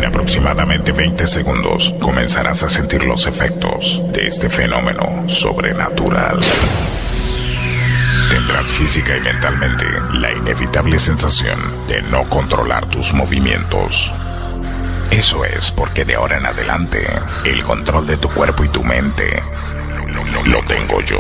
En aproximadamente 20 segundos comenzarás a sentir los efectos de este fenómeno sobrenatural. Tendrás física y mentalmente la inevitable sensación de no controlar tus movimientos. Eso es porque de ahora en adelante, el control de tu cuerpo y tu mente lo tengo yo.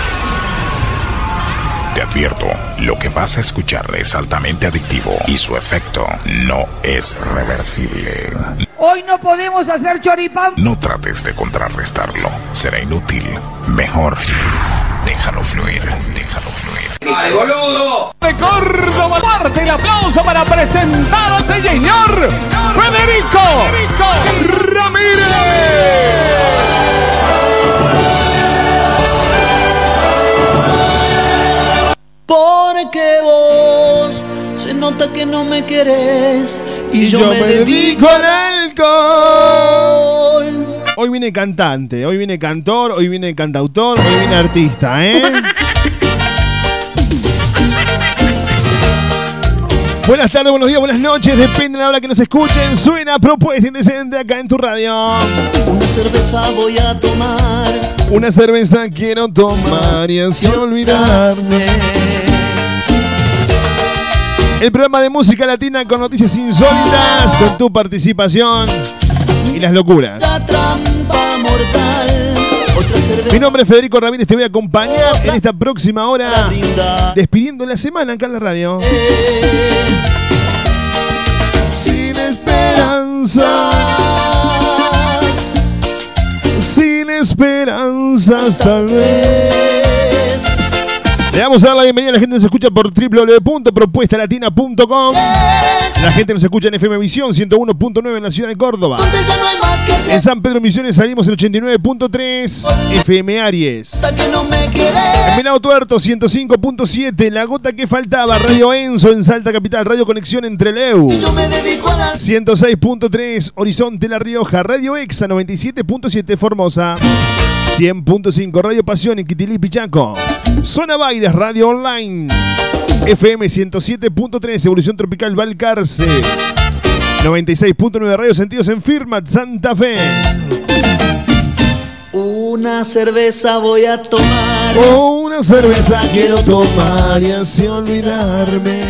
Te advierto, lo que vas a escuchar es altamente adictivo y su efecto no es reversible. Hoy no podemos hacer choripán. No trates de contrarrestarlo, será inútil. Mejor, déjalo fluir, déjalo fluir. ¡Ay, boludo! De Córdoba, parte el aplauso para presentar a ese señor Federico Ramírez. Porque vos se nota que no me querés y yo me dedico al alcohol. Hoy viene cantante, hoy viene cantor, hoy viene cantautor, hoy viene artista, ¿eh? Buenas tardes, buenos días, buenas noches, depende de la hora que nos escuchen. Suena Propuesta Indecente acá en tu radio. Una cerveza voy a tomar. Una cerveza quiero tomar y así olvidarme. El programa de música latina con noticias insólitas, con tu participación y las locuras. La trampa mortal. Otra cerveza. Mi nombre es Federico Ramírez, te voy a acompañar en esta próxima hora, despidiendo la semana acá en la radio. Sin esperanzas, sin esperanzas tal vez. Le vamos a dar la bienvenida a la gente que nos escucha por www.propuestalatina.com. La gente nos escucha en FM Visión 101.9 en la ciudad de Córdoba. En San Pedro Misiones salimos en 89.3 FM Aries. En Venado Tuerto 105.7 La Gota que Faltaba. Radio Enzo en Salta Capital. Radio Conexión en Trelew 106.3 Horizonte La Rioja. Radio Exa 97.7 Formosa. 100.5 Radio Pasión en Quitilí Pichaco. Zona Bailes Radio Online. FM 107.3 Evolución Tropical Balcarce. 96.9 Radio Sentidos en Firmat Santa Fe. Una cerveza voy a tomar. Oh, una cerveza quiero tomar y así olvidarme.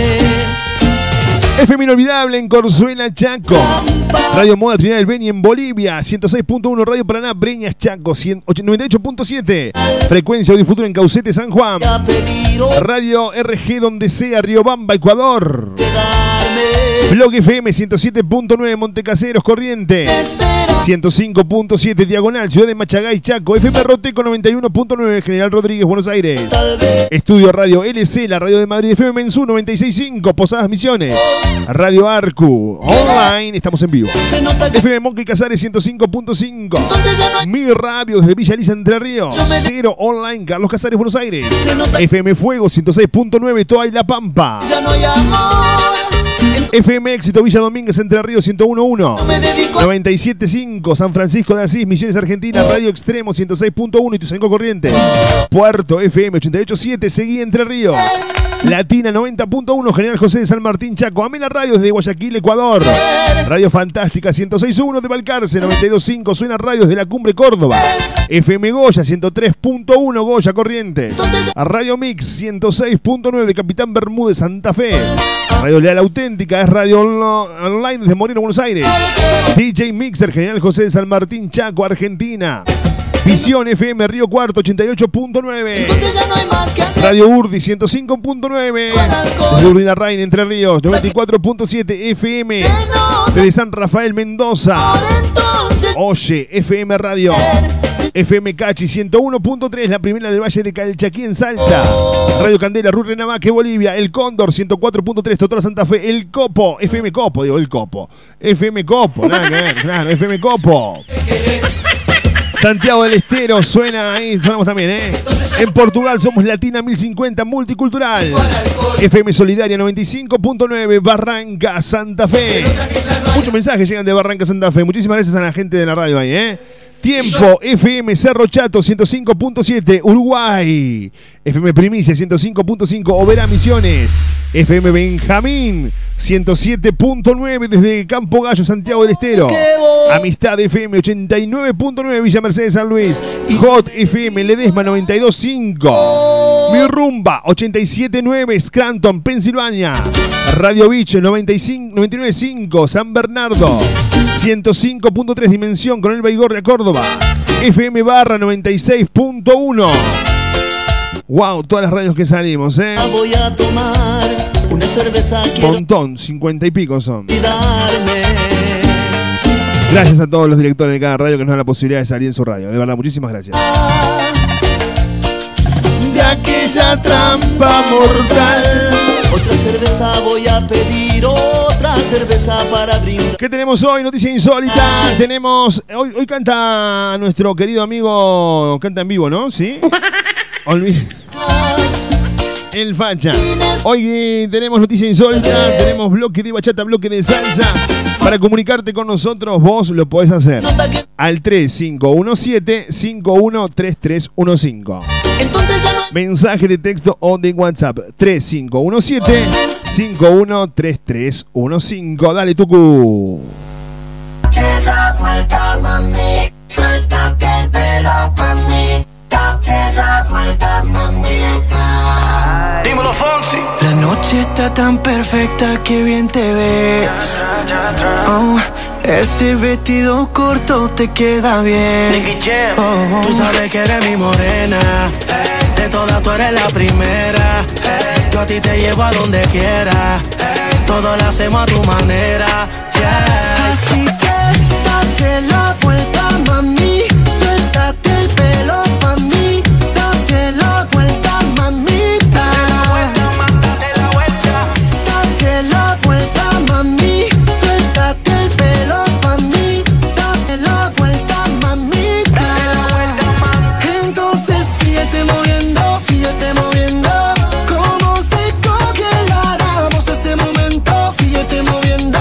FM Inolvidable en Corzuela, Chaco. Radio Moda Trinidad del Beni en Bolivia. 106.1 Radio Paraná, Breñas, Chaco. 98.7 Frecuencia Audio Futuro en Caucete, San Juan. Radio RG donde sea, Riobamba, Ecuador. Blog FM 107.9 Montecaseros, Corrientes. 105.7 Diagonal, Ciudad de Machagay, Chaco. FM Roteco 91.9 General Rodríguez, Buenos Aires. Estudio Radio LC, la radio de Madrid. FM Mensú 96.5 Posadas Misiones. Radio Arcu Online, estamos en vivo. FM Monque Casares 105.5. Mi radio desde Villa Elisa, Entre Ríos. Cero Online, Carlos Casares, Buenos Aires. FM Fuego 106.9 Toay La Pampa. FM Éxito Villa Domínguez, Entre Ríos 101.1. 97.5 San Francisco de Asís, Misiones Argentina. Radio Extremo 106.1 Ituzaingó Corrientes. Puerto FM 88.7 Seguí, Entre Ríos. Latina 90.1 General José de San Martín, Chaco. Amena Radio desde Guayaquil, Ecuador. Radio Fantástica 106.1 de Balcarce. 92.5 Suena Radio desde la Cumbre, Córdoba. FM Goya 103.1 Goya, Corrientes. Radio Mix 106.9 de Capitán Bermúdez, Santa Fe. Radio Leal Auténtica es radio online desde Moreno, Buenos Aires. DJ Mixer General José de San Martín, Chaco, Argentina. Visión FM Río Cuarto 88.9. Radio Urdi 105.9. Desde Urdinarrain, Entre Ríos 94.7 FM. Desde San Rafael, Mendoza. Oye FM Radio. FM Cachi 101.3, la primera del Valle de Calchaquí en Salta. Radio Candela, Ruy Renamaque, Bolivia. El Cóndor 104.3, Totora Santa Fe. El Copo, FM Copo, digo el Copo. FM Copo, nada que ver, claro, FM Copo. Santiago del Estero suena ahí, sonamos también, ¿eh? En Portugal somos Latina 1050 Multicultural. FM Solidaria 95.9 Barranca, Santa Fe. Muchos mensajes llegan de Barranca, Santa Fe. Muchísimas gracias a la gente de la radio ahí, ¿eh? Tiempo FM Cerro Chato 105.7 Uruguay, FM Primicia 105.5 Oberá Misiones, FM Benjamín 107.9 desde Campo Gallo, Santiago del Estero, Amistad FM 89.9 Villa Mercedes, San Luis, Hot FM Ledesma 92.5, Mi Rumba 87.9 Scranton, Pensilvania, Radio Beach 99.5 San Bernardo, 105.3 Dimensión con el Baigorria, Córdoba, FM Barra 96.1. Wow, todas las radios que salimos, Voy a tomar una cerveza. Montón, 50 y pico son. Gracias a todos los directores de cada radio que nos dan la posibilidad de salir en su radio. De verdad, muchísimas gracias. De aquella trampa mortal. Otra cerveza voy a pedir, otra cerveza para brindar. ¿Qué tenemos hoy? Noticia insólita. Tenemos. Hoy canta nuestro querido amigo. Canta en vivo, ¿no? ¿Sí? El Facha. Hoy tenemos noticia insólita. Tenemos bloque de bachata, bloque de salsa. Para comunicarte con nosotros, vos lo podés hacer al 3517-513315. Entonces ya no. Mensaje de texto o de WhatsApp 3517-513315. Dale, Tucu. Date la vuelta, mami. Suéltate el pelo pa' mí. Date la vuelta, mamita. Dímelo, Fonsi. La noche está tan perfecta que bien te ves. Oh, ese vestido corto te queda bien. Oh, tú sabes que eres mi morena. De todas tú eres la primera. Yo a ti te llevo a donde quiera. Todo lo hacemos a tu manera. Así que date la vuelta, mami. Suéltate el pelo pa' mí. Date la vuelta, mamita. Date la vuelta. Date la vuelta, mami. Suéltate el pelo pa' mí. Date la vuelta, mamita. Entonces síguete moviendo, síguete moviendo. Como si congeláramos este momento. Síguete moviendo.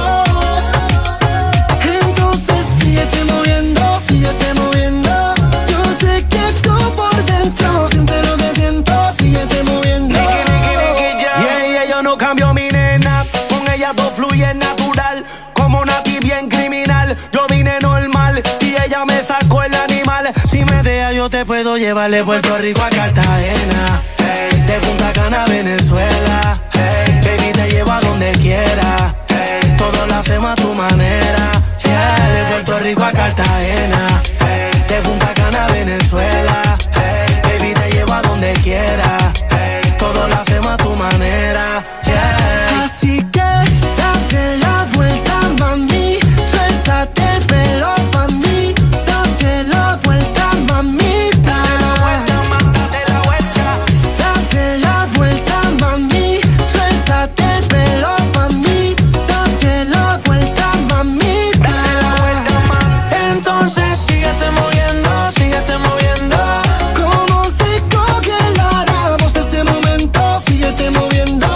Entonces síguete moviendo, síguete moviendo. Yo sé que tú por dentro sientes lo que siento. Síguete moviendo. Yeah, yo no cambio mi nena. Con ella todo fluye natural. Como Nati bien criminal. Yo vine normal y ella me sacó el animal. Si me deja yo te puedo llevar de Puerto Rico a Cartagena. Hey, de Punta Cana a Venezuela. Hey, baby te llevo a donde quiera. Hey, todo lo hacemos a tu manera. Yeah, de Puerto Rico a Cartagena. Hey, de Punta Cana a Venezuela. Hey, baby te llevo a donde quiera. Hey, todo lo hacemos a tu manera. Yeah. Así que date la vuelta, mami. Suéltate el pelo pa' mí. Date la vuelta, mamita. Date la vuelta. Date la vuelta, mami. Suéltate el pelo pa' mí. Date la vuelta, mamita. Entonces síguete moviendo, síguete moviendo. Como si congeláramos este momento. Síguete moviendo.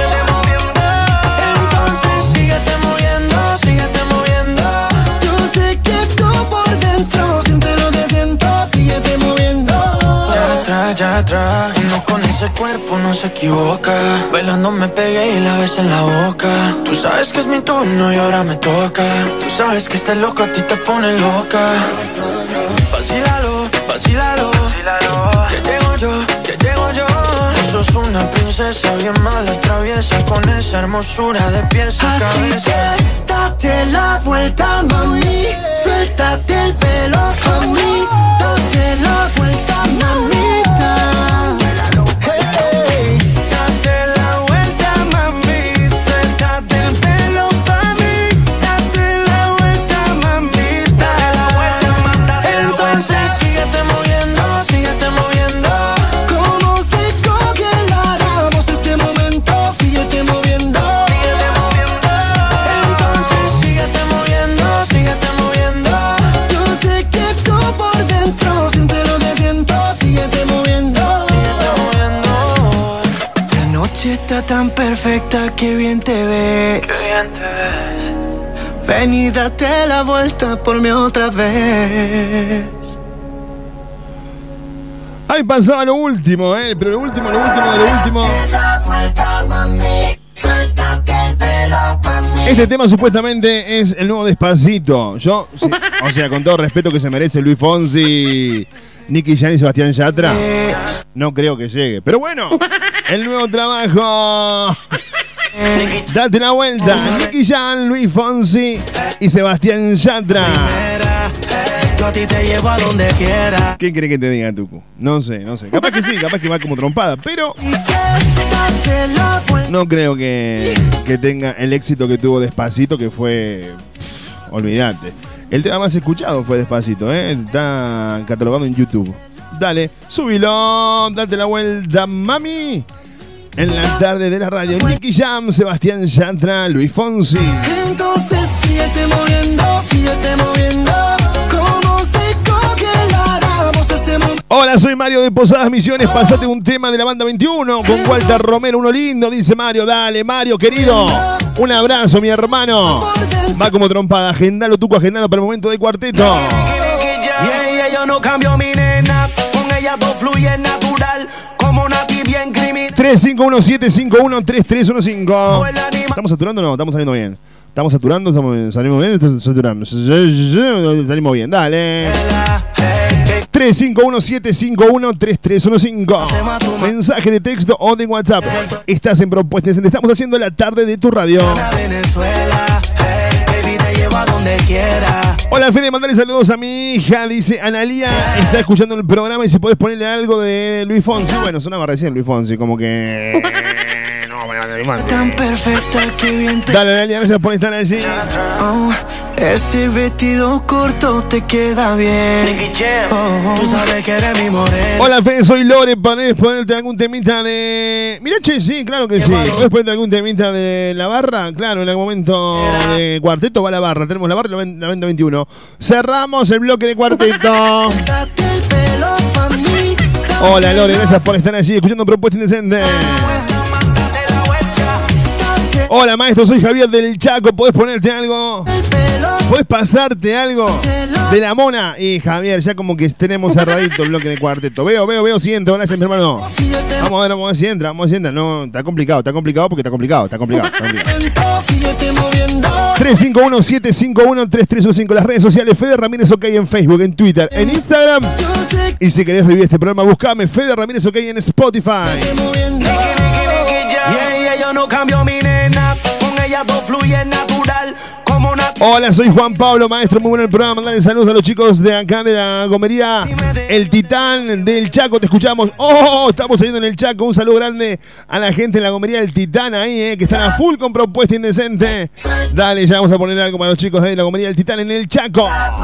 Entonces síguete moviendo, síguete moviendo. Yo sé que tú por dentro sientes lo que siento. Síguete moviendo. Ya atrás, uno con ese cuerpo no se equivoca. Bailando me pegué y la besé en la boca. Tú sabes que es mi turno y ahora me toca. Tú sabes que este loco a ti te pone loca. Vacílalo, vacílalo. Que llego yo, que llego yo. Tú sos una princesa bien mala, traviesa. Con esa hermosura de pies a Así cabeza. que date la vuelta, mami. Suéltate el pelo pa' mí. Date la vuelta, mamita. Hey. Date la vuelta, mami. Suéltate el pelo pa' mí. Date la vuelta, mamita. Entonces síguete moviendo, síguete moviendo. Como si congeláramos este momento. Síguete moviendo. Entonces síguete moviendo, síguete moviendo. Yo sé que tú por dentro sientes lo que siento. Síguete moviendo. La noche está tan perfecta que bien te ves. Ven y date la vuelta por mí otra vez. Ahí pasaba lo último, pero lo último de lo último. Este tema supuestamente es el nuevo Despacito. Yo, sí, o sea, con todo respeto que se merece Luis Fonsi, Nicky Jam y Sebastián Yatra, no creo que llegue. Pero bueno, el nuevo trabajo. Date la vuelta. Nicky Jam, Luis Fonsi y Sebastián Yatra. Yo a ti te llevo a donde quiera. ¿Quién cree que te diga, Tucu? No sé. Capaz que sí, capaz que va como trompada, pero no creo que tenga el éxito que tuvo Despacito, que fue... olvídate. El tema más escuchado fue Despacito, está catalogado en YouTube. Dale, súbilo, date la vuelta, mami. En la tarde de la radio, Nicky Jam, Sebastián Yatra, Luis Fonsi. Entonces síguete moviendo, como se congeláramos este mundo. Hola, soy Mario de Posadas Misiones. Pasate un tema de la banda 21 con Walter Romero, uno lindo, dice Mario. Dale, Mario, querido. Un abrazo, mi hermano. Va como trompada. Agendalo, Tuco, agendalo para el momento de cuarteto. Yo no cambio mi nena. Con ella todo fluye natural. Como Nati bien criminal. 351-751-3315. ¿Estamos saturando o no? Estamos saliendo bien. ¿Estamos saturando? ¿Salimos bien? Salimos bien, dale. 351-751-3315. Mensaje de texto o de WhatsApp. Estás en Propuestas. Estamos haciendo la tarde de tu radio. Hola, Fede, mandale saludos a mi hija. Dice Analía, está escuchando el programa y si podés ponerle algo de Luis Fonsi. Bueno, sonaba recién Luis Fonsi, como que... Tan perfecta que bien te... Dale, Analia, gracias por estar allí. Oh, ese vestido corto te queda bien. Tú sabes que eres mi morena. Hola, Fede, soy Lore. ¿Podés ponerte algún temita de... Mirá, che, sí, claro que sí. ¿Podés ponerte algún temita de la barra? Claro, en algún momento de cuarteto va la barra. Tenemos la barra y la venta 21. Cerramos el bloque de cuarteto. Hola, Lore, gracias por estar allí escuchando Propuesta Indecente. Hola, maestro, soy Javier del Chaco. ¿Podés ponerte algo? ¿Podés pasarte algo de la mona? Y Javier, ya como que tenemos cerradito el bloque de cuarteto. Veo, siento. Gracias, mi hermano. Vamos a ver si entra. No, está complicado porque está complicado. 351-751-3315. Las redes sociales, Fede Ramírez OK en Facebook, en Twitter, en Instagram. Y si querés revivir este programa, buscame Fede Ramírez OK en Spotify. Yo no cambio mi nena. Con ella todo fluye natural. Como Hola, soy Juan Pablo, maestro. Muy bueno el programa. Mandale saludos a los chicos de acá de la gomería El Titán del Chaco. Te escuchamos. Estamos saliendo en el Chaco. Un saludo grande a la gente de la gomería El Titán ahí, que están a full con Propuesta Indecente. Dale, ya vamos a poner algo para los chicos de la gomería El Titán en el Chaco.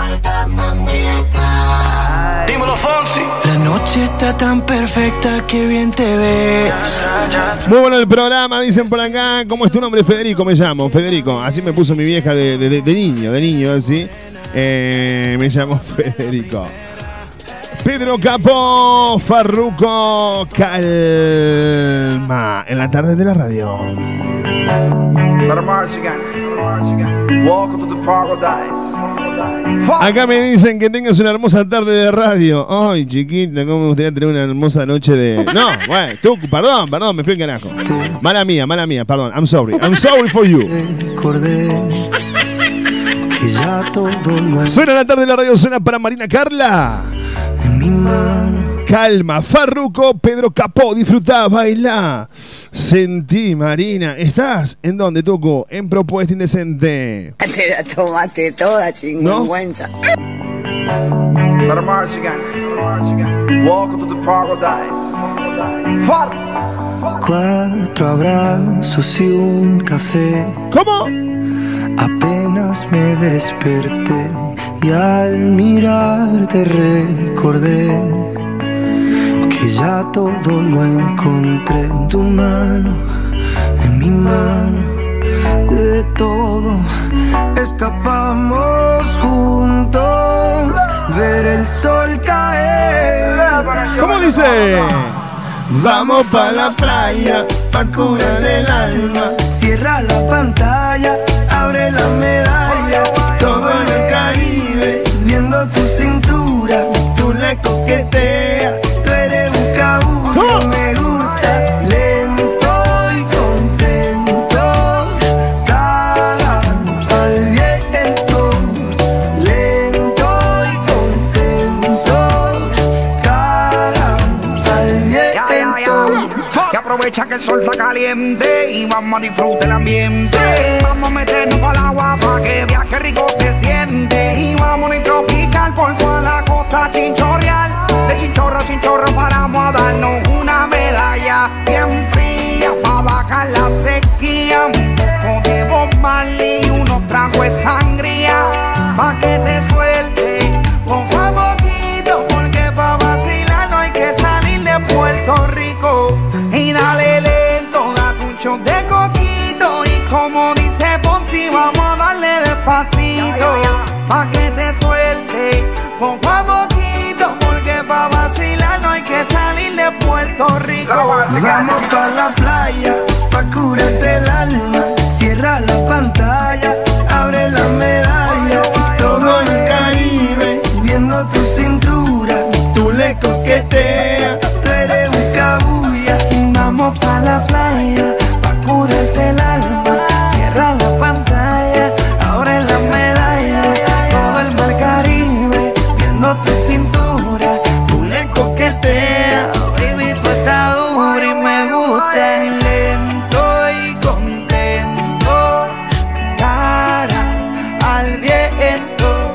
Dímelo, Fonsi. La noche está tan perfecta que bien te ves. Muy bueno el programa, dicen por acá. ¿Cómo es tu nombre? Federico me llamo. Federico, así me puso mi vieja de niño, así. Me llamo Federico. Pedro Capó, Farruko, calma. En la tarde de la radio. Welcome to the paradise. Acá me dicen que tengas una hermosa tarde de radio. Ay, chiquita, cómo me gustaría tener una hermosa noche de... No, bueno, tú, perdón, me fui al carajo. Mala mía, perdón. I'm sorry for you. Suena la tarde de la radio, suena para Marina Carla. En mi mano. Calma, Farruko, Pedro Capó, disfrutá, bailá. Sentí, Marina. ¿Estás en dónde, Tuco? En Propuesta Indecente. Te la tomaste toda, chingüengüenza. Welcome to the paradise. 4 abrazos y un café. ¿Cómo? Apenas me desperté y al mirarte recordé que ya todo lo encontré en tu mano, en mi mano. De todo escapamos juntos, ver el sol caer. ¿Cómo dice? Vamos pa' la playa, pa' curar el alma. Cierra la pantalla, abre la medalla. que el sol está caliente y vamos a disfrutar el ambiente. Vamos a meternos para el agua para que veas que rico se siente. Y vamos a tropical por toda la costa chinchorreal. De chinchorro a chinchorro paramos a darnos una medalla bien fría para bajar la sequía. Un poco de Bob Marley y unos tragos de sangría pa' que te suelte poco a poquito, porque pa' vacilar no hay que salir de Puerto Rico. Y dale lento, date un shot de coquito y como dice Ponzi vamos a darle despacito pa' que te suelte poco a poquito, porque pa' vacilar no hay que salir de Puerto Rico. Vamos pa' la playa, pa' curarte el alma. Cierra la pantalla, abre la medalla. Todo el Caribe, viendo tu cintura. Tú le coqueteas, tú eres un cabuya. Vamos pa' la playa, pa' curarte el alma. Cierra la pantalla, abre la medalla. Todo el mar Caribe, viendo tu cintura. Tú le coqueteas, baby, tú estás dura y me gusta. Lento y contento, cara al viento.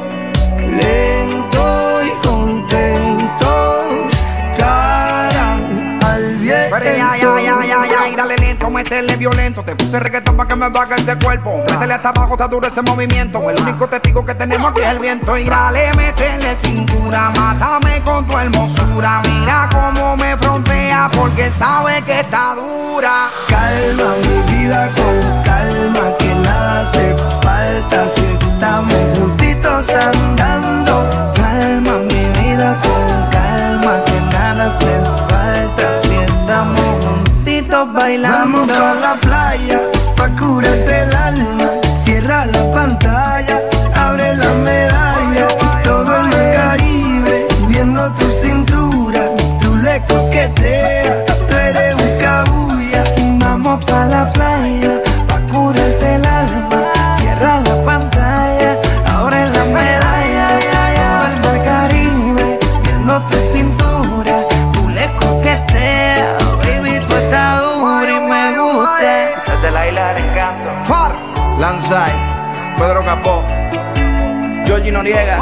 Lento y contento, cara al viento. Ay, dale lento, métele violento. Te puse reggaetón pa' que me baje ese cuerpo. Métele hasta abajo, está duro ese movimiento. El único testigo que tenemos aquí es el viento. Y dale, métele cintura, mátame con tu hermosura. Mira cómo me frontea porque sabe que está dura. Calma mi vida con calma, que nada hace falta si estamos juntitos andando. Calma mi vida con calma, que nada hace falta si estamos juntitos bailando. Vamos pa' la playa, pa' curarte el alma. Cierra la pantalla, abre la medalla. Todo el mar Caribe, viendo tu cintura. Tú le coqueteas, tú eres un cabuya. Vamos pa' la playa, pa' curarte el alma. Cierra la pantalla, abre la medalla. Todo el mar Caribe, viendo tu cintura. Tú le coqueteas, baby, tú estás dura y me gusta. Desde la isla del encanto, Far, Lanzai, Pedro Capó, Georgie Noriega,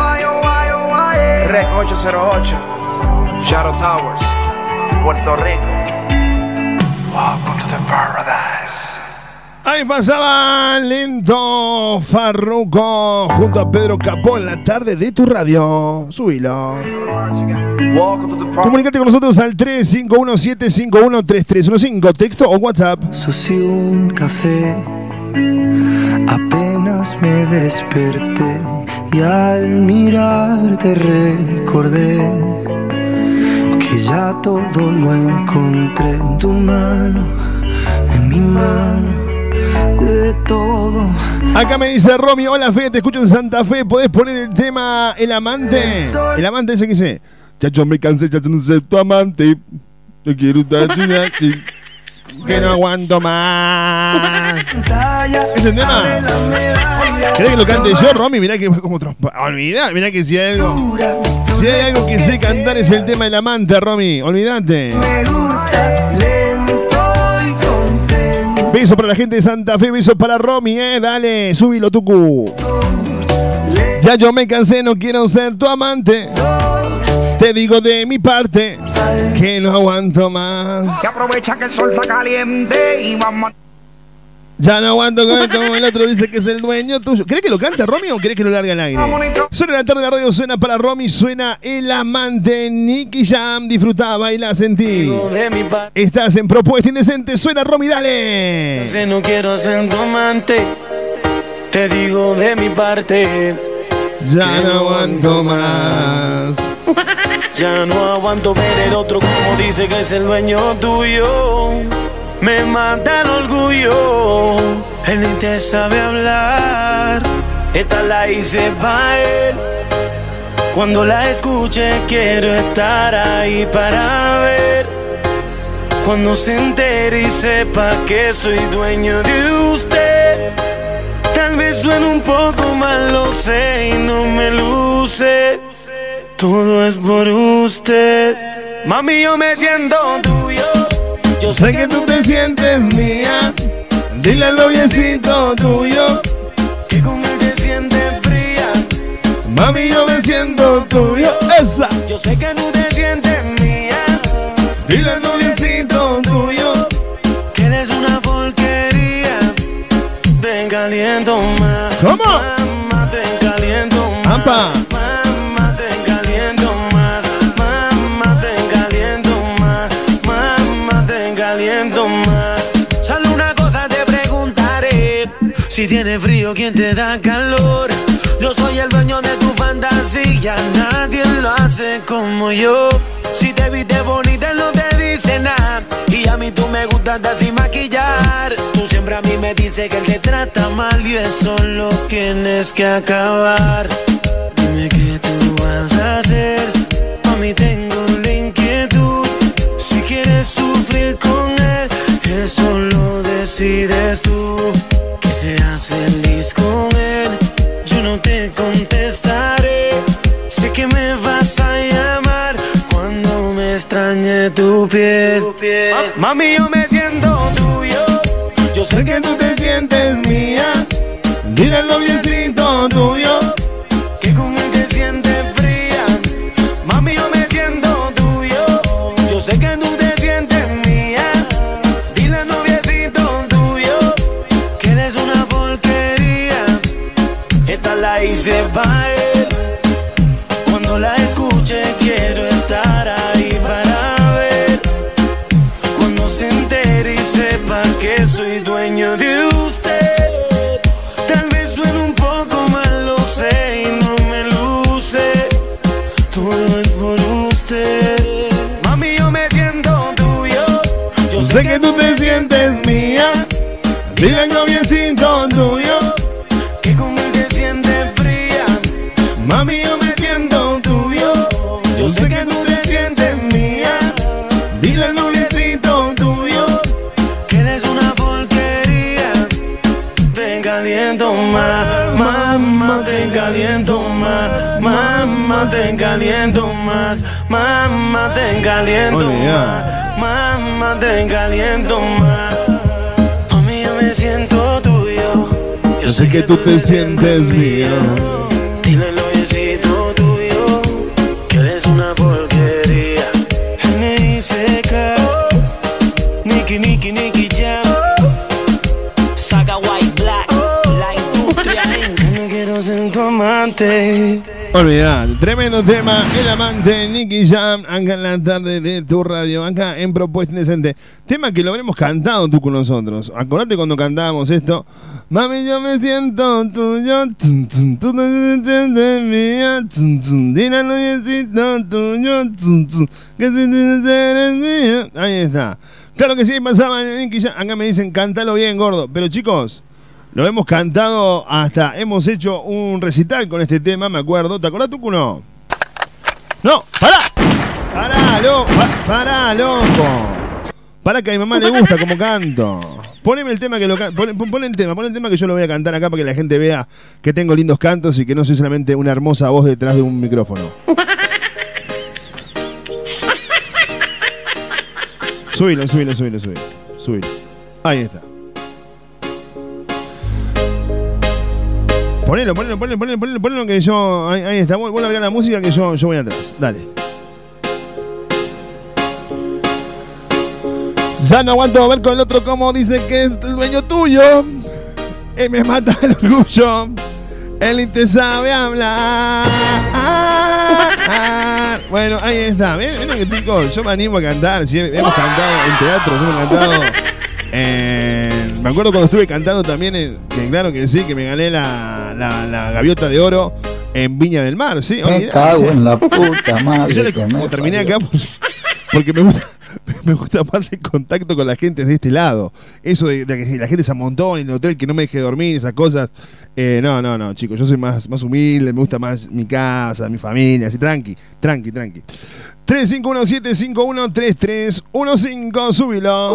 Rec 808, Shadow Towers, Puerto Rico. Welcome to the paradise. Ahí pasaba lento Farruko junto a Pedro Capó en la tarde de tu radio. Subilo. Comunícate con nosotros al 351-751-3315, texto o WhatsApp. Sos un café, apenas me desperté y al mirarte recordé que ya todo lo encontré en tu mano, en mi mano. De todo. Acá me dice Romy, hola Fe, te escucho en Santa Fe, ¿podés poner el tema El Amante? El Amante ese que dice, ya yo me cansé, ya no sé tu amante, te quiero dar que no aguanto más. Ese tema, ¿querés que lo cante yo, Romy? Mirá que fue como trompa. Olvidá, mirá que si hay algo que sé cantar es el tema El Amante, Romy, olvídate. Me gusta lento y contento. Beso para la gente de Santa Fe, beso para Romy, dale, subilo Tucu. Ya yo me cansé, no quiero ser tu amante. Te digo de mi parte que no aguanto más. Que aprovecha que el sol está caliente y vamos. Ya no aguanto con esto, como el otro dice que es el dueño tuyo. ¿Querés que lo cante Romy o querés que lo largue al aire? Suena la tarde de la radio, suena para Romy, suena El Amante, Nicky Jam, disfrutá, baila, sentí. Estás en Propuesta Indecente, suena Romy, dale. Entonces no quiero ser tu amante, te digo de mi parte. Ya no aguanto más. Ya no aguanto ver el otro como dice que es el dueño tuyo. Me mata el orgullo, él ni te sabe hablar. Esta la hice pa' él. Cuando la escuche quiero estar ahí para ver. Cuando se entere y sepa que soy dueño de usted. Tal vez suene un poco mal, lo sé y no me luce. Todo es por usted. Mami, yo me siento tuyo. Yo sé que tú te sientes mía. Dile al noviecito tuyo que con él te sientes fría. Mami, yo me siento tuyo. Esa. Yo sé que tú te sientes mía. Dile al noviecito tuyo que eres una porquería. Te caliento más. ¿Cómo? Mamá, te caliento más. ¡Ampa! Mamá, te caliento más. Mamá, te caliento más. Mamá, te caliento más. Solo una cosa te preguntaré. Si tienes frío, ¿quién te da calor? Yo soy el dueño de tu fantasía. Nadie lo hace como yo. Si te viste bonita, no te dice nada. Y a mí tú me gustas sin maquillar. Tú siempre a mí me dices que él te trata mal y eso lo tienes que acabar. Dime qué tú vas a hacer. A mí tengo la inquietud. Si quieres sufrir con él, eso lo decides tú. Que seas feliz con él, yo no te contestaré. Sé que me vas a llamar cuando me extrañe tu piel. Mami, yo me siento tuyo. Yo sé que tú te sientes mía. Dile al noviecito tuyo que con él te sientes fría. Mami, yo me siento tuyo. Yo sé que tú te sientes mía. Dile al noviecito tuyo que eres una porquería. Esta la hice para él. Cuando la escuche quiero estar ahí para ver. Cuando se entere y sepa que soy dueño de usted. Tal vez suene un poco mal, lo sé, y no me luce. Todo es por usted. Mami, yo me siento tuyo. Yo sé que tú te sientes mía. Dile al noviecito tuyo que con él te sientes fría. Mami, yo me siento tuyo. Yo sé que tú te sientes mía. Dile al noviecito tuyo que eres una porquería. Te caliento más. Mamá, te caliento más. Mamá, te caliento más. Mamá, te caliento más. Mamá, te caliento más. Mami, yo me siento tuyo. Yo sé que tú te sientes mío. Dile al noviecito tuyo que eres una porquería. N.I.C.K. Nicky Jam. Saga White Black. La industria. No quiero ser tu amante. Olvidate, tremendo tema, El Amante, Nicky Jam, acá en la tarde de tu radio, acá en Propuesta Indecente. Tema que lo habremos cantado tú con nosotros. Acordate cuando cantábamos esto. Mami, yo me siento tuyo, tú te sientes mía, dile al noviecito tuyo, que si tú eres mía. Ahí está. Claro que sí, pasaba Nicky Jam. Acá me dicen, cántalo bien, gordo. Pero chicos, lo hemos cantado hasta, hemos hecho un recital con este tema, me acuerdo. ¿Te acordás tú, Cuno? No, pará. Pará, loco. Pará que a mi mamá le gusta como canto. Poneme el tema que pon el tema que yo lo voy a cantar acá para que la gente vea que tengo lindos cantos y que no soy solamente una hermosa voz detrás de un micrófono. Subilo. Ahí está. Ponelo que yo. Ahí está. Vos largá la música que yo voy atrás. Dale. Ya no aguanto ver con el otro como dice que es el dueño tuyo. Y me mata el orgullo. Él ni te sabe hablar. Bueno, ahí está. ¿Ven que chicos? Yo me animo a cantar. Sí, hemos cantado en teatros, hemos cantado. Me acuerdo cuando estuve cantando también, que claro que sí, que me gané la gaviota de oro en Viña del Mar, ¿sí? Me cago en la puta madre. Yo como terminé acá porque me gusta más el contacto con la gente de este lado. Eso de que la gente se amontone en el hotel, que no me deje dormir, esas cosas. No, chicos, yo soy más humilde, me gusta más mi casa, mi familia, así tranqui. 3517513315, súbilo.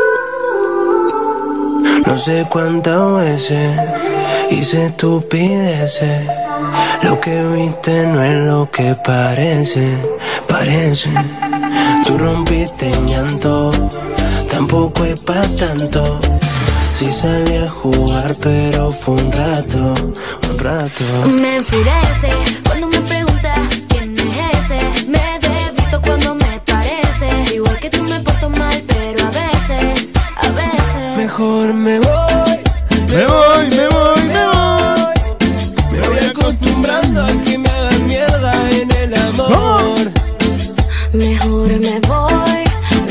No sé cuántas veces hice estupideces. Lo que viste no es lo que parece. Tú rompiste en llanto, tampoco es pa' tanto. Sí salí a jugar, pero fue un rato. Me enfurece cuando me preguntas quién es ese. Me desvisto cuando me parece. Igual que tú me porto mal, pero a veces. Mejor me voy. Me voy acostumbrando a que me hagan mierda en el amor. Mejor me voy.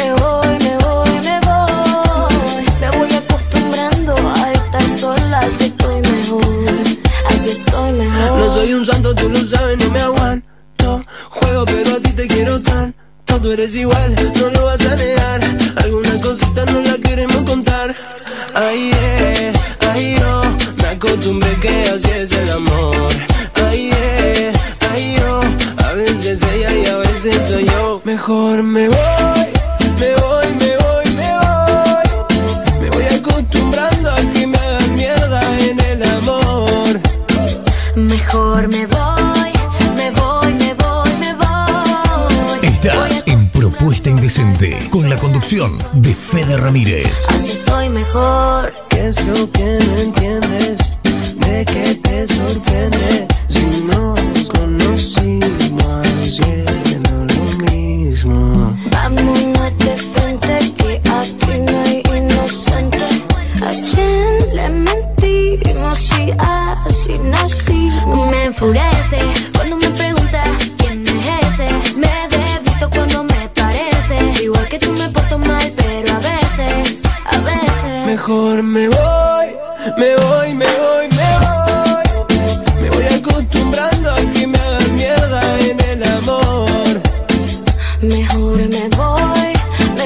Me voy acostumbrando a estar sola. Así estoy mejor. No soy un santo, tú lo sabes, no me aguanto. Juego, pero a ti te quiero tanto. Tú eres igual, no lo vas a negar. Alguna cosita no la queremos contar. Ay, yo me acostumbré que así es el amor. Ay, yo, a veces ella y a veces soy yo. Mejor me voy. Me voy acostumbrando a que me hagan mierda en el amor. Mejor me voy. Estás en Propuesta Indecente con la conducción de Fede Ramírez. Así estoy mejor. ¿Qué es lo que no entiendes? ¿De qué te sorprende? Si nos conocimos haciendo lo mismo. Vámonos de frente, que aquí no hay inocente. ¿A quién le mentimos si así nacimos? Me enfurece cuando me preguntas quién es ese. Me desvisto cuando me parece. Igual que tú me porto mal, pero a veces. Mejor me voy. Me voy acostumbrando a que me hagan mierda en el amor. Mejor me voy.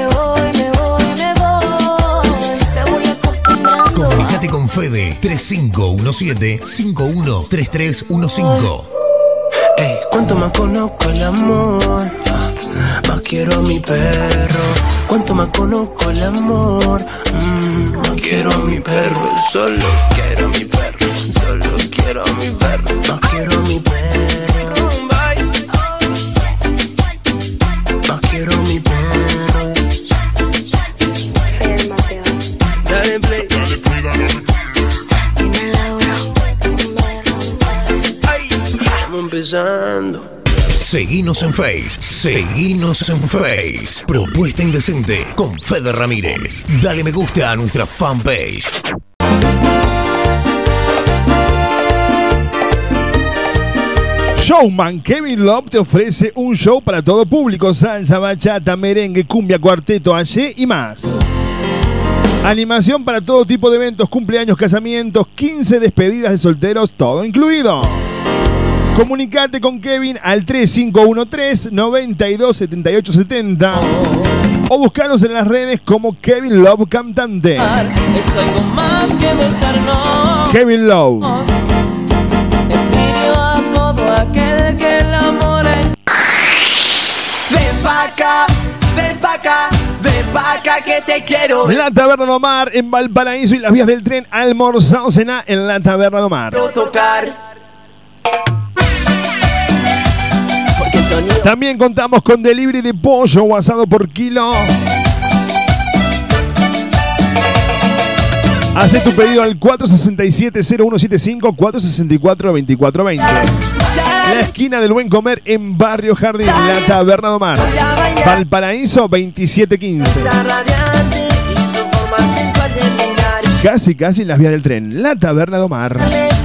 Me voy acostumbrando. Comunicate con Fede 3517-513315. Ey, cuánto más conozco el amor, más quiero a mi perro. Cuánto más conozco el amor, más quiero a mi perro. Solo quiero a mi perro, solo quiero a mi perro. Más quiero a mi perro, más quiero a mi perro. Dale play, ay, estamos empezando. Seguinos en Face. Propuesta Indecente con Fede Ramírez. Dale me gusta a nuestra fanpage. Showman Kevin Love te ofrece un show para todo público: salsa, bachata, merengue, cumbia, cuarteto, ayer y más. Animación para todo tipo de eventos, cumpleaños, casamientos, 15 despedidas de solteros, todo incluido. Comunicate con Kevin al 3513-927870 o buscanos en las redes como Kevin Love Cantante. Es algo más que besarnos. Kevin Love. Envidio a todo aquel que el amor es. Ven pa' acá, ven pa' acá, ven pa' acá que te quiero. La Taberna de Omar en Valparaíso y las vías del tren. Almorzá o cená en la Taberna de Omar. Tocar. También contamos con delivery de pollo o asado por kilo. Hace tu pedido al 467-0175, 464-2420. La esquina del Buen Comer en Barrio Jardín, la Taberna de Omar. Valparaíso 2715. Casi las vías del tren, la Taberna de Omar.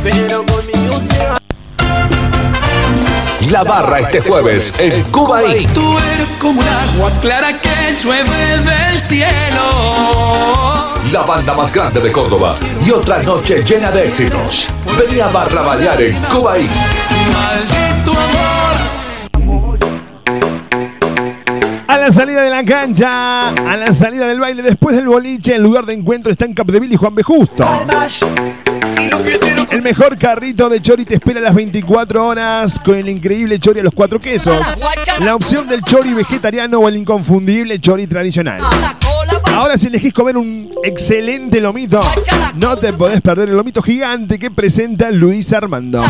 La Barra este jueves en Cuba Inc. Tú eres como un agua clara que llueve del cielo. La banda más grande de Córdoba y otra noche llena de éxitos. Vení a Barra Balear en Cuba Inc. Maldito amor. A la salida de la cancha, a la salida del baile, después del boliche, el lugar de encuentro está en Capdeville y Juan B. Justo. El mejor carrito de chori te espera a las 24 horas con el increíble chori a los 4 quesos. La opción del chori vegetariano o el inconfundible chori tradicional. Ahora, si elegís comer un excelente lomito, no te podés perder el lomito gigante que presenta Luis Armando.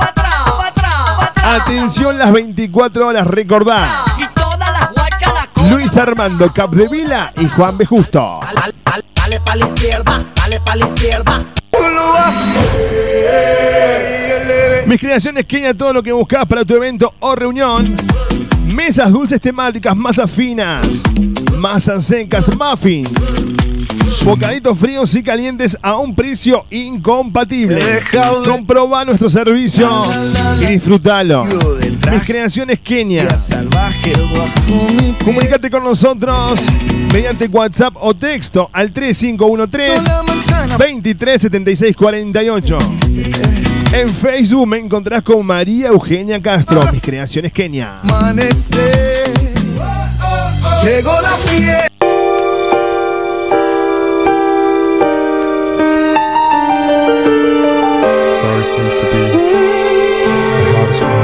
Atención, las 24 horas, recordá. Luis Armando Capdevila y Juan B. Justo. Dale pa' la izquierda, dale pa' la izquierda. Mis creaciones Kenia, todo lo que buscas para tu evento o reunión. Mesas dulces temáticas, masas finas, masas secas, muffins, bocaditos fríos y calientes a un precio incompatible. Comprobá nuestro servicio y disfrutalo. Mis creaciones Kenia. Comunícate con nosotros mediante WhatsApp o texto al 3513 237648. En Facebook me encontrás con María Eugenia Castro. Mis creaciones Kenia. Llegó la fiesta. Sorry seems to be the hardest one.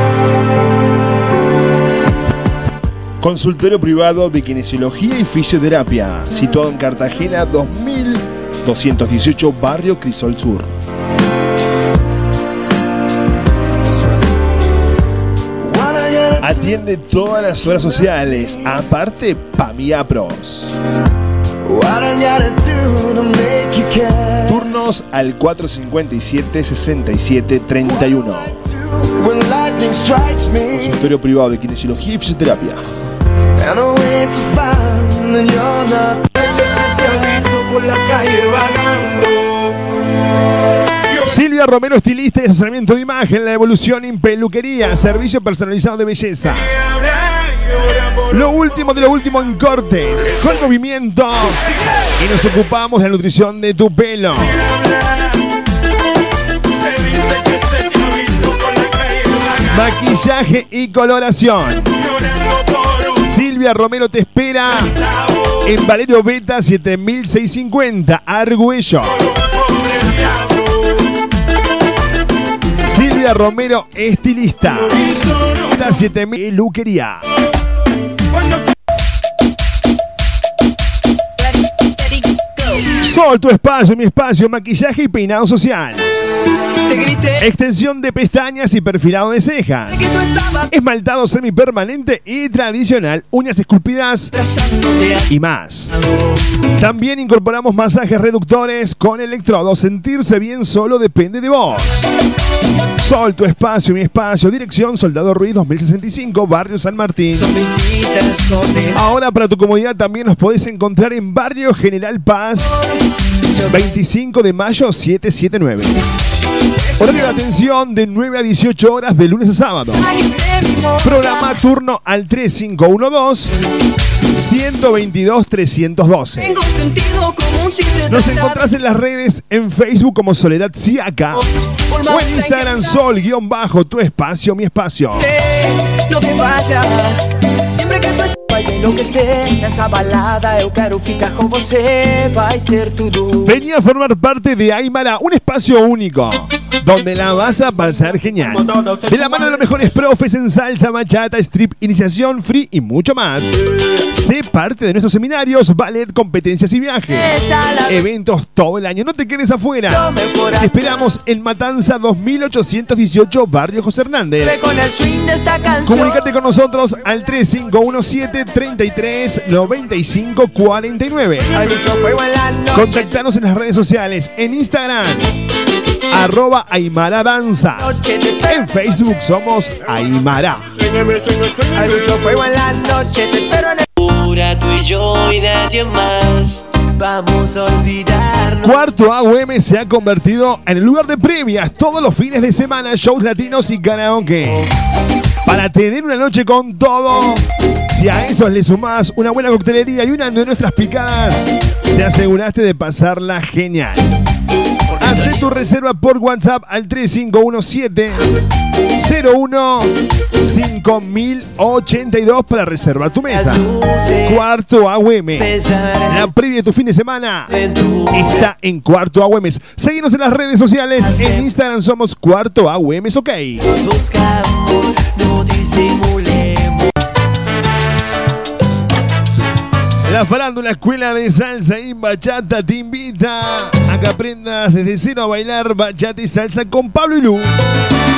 Consultorio privado de kinesiología y fisioterapia, situado en Cartagena 2218, barrio Crisol Sur. Atiende todas las horas sociales, aparte Pamiapros. Turnos al 457-6731. Consultorio privado de kinesiología y fisioterapia. Silvia Romero, estilista y asesoramiento de imagen, La Evolución en peluquería, servicio personalizado de belleza. Lo último de lo último en cortes, con movimiento, y nos ocupamos de la nutrición de tu pelo. Maquillaje y coloración. Silvia Romero te espera en Valerio Beta 7650, Argüello. Silvia Romero, estilista. La 7000 peluquería. Sol, tu espacio, mi espacio, maquillaje y peinado social. Extensión de pestañas y perfilado de cejas. Esmaltado semipermanente y tradicional, uñas esculpidas y más. También incorporamos masajes reductores con electrodos. Sentirse bien solo depende de vos. Sol, tu espacio, mi espacio. Dirección Soldado Ruiz 2065, barrio San Martín. Ahora para tu comodidad también nos podés encontrar en barrio General Paz 25 de mayo 779. Horario de atención de 9 a 18 horas de lunes a sábado. Programa turno al 3512-122-312. Nos encontrás en las redes, en Facebook como Soledad Siaca o en Instagram Sol_ tu espacio, mi espacio. No te vayas, siempre que tú vai enlouquecer. Nessa balada eu quero ficar com você, vai ser tudo. Venía a formar parte de Aymara, un espacio único donde la vas a pasar genial. De la mano de los mejores profes en salsa, bachata, strip, iniciación, free y mucho más. Sé parte de nuestros seminarios, ballet, competencias y viajes. Eventos todo el año, no te quedes afuera. Te esperamos en Matanza 2818, barrio José Hernández. Comunícate con nosotros al 3517-339549. Contactanos en las redes sociales, en Instagram @Aymara Danzas. En Facebook somos Aymara. Hay mucho fuego en la noche, te espero en el... Tú y yo y nadie más. Vamos a olvidarnos. Cuarto AUM se ha convertido en el lugar de previas todos los fines de semana, shows latinos y karaoke. Para tener una noche con todo, si a eso le sumás una buena coctelería y una de nuestras picadas, te aseguraste de pasarla genial. Hacé tu reserva por WhatsApp al 3517-015082 para reservar tu mesa. Cuarto AUM. La previa de tu fin de semana está en Cuarto AUM. Seguinos en las redes sociales. En Instagram somos Cuarto AUM. Ok. La farándula Escuela de Salsa y Bachata te invita a que aprendas desde cero a bailar bachata y salsa con Pablo y Lu.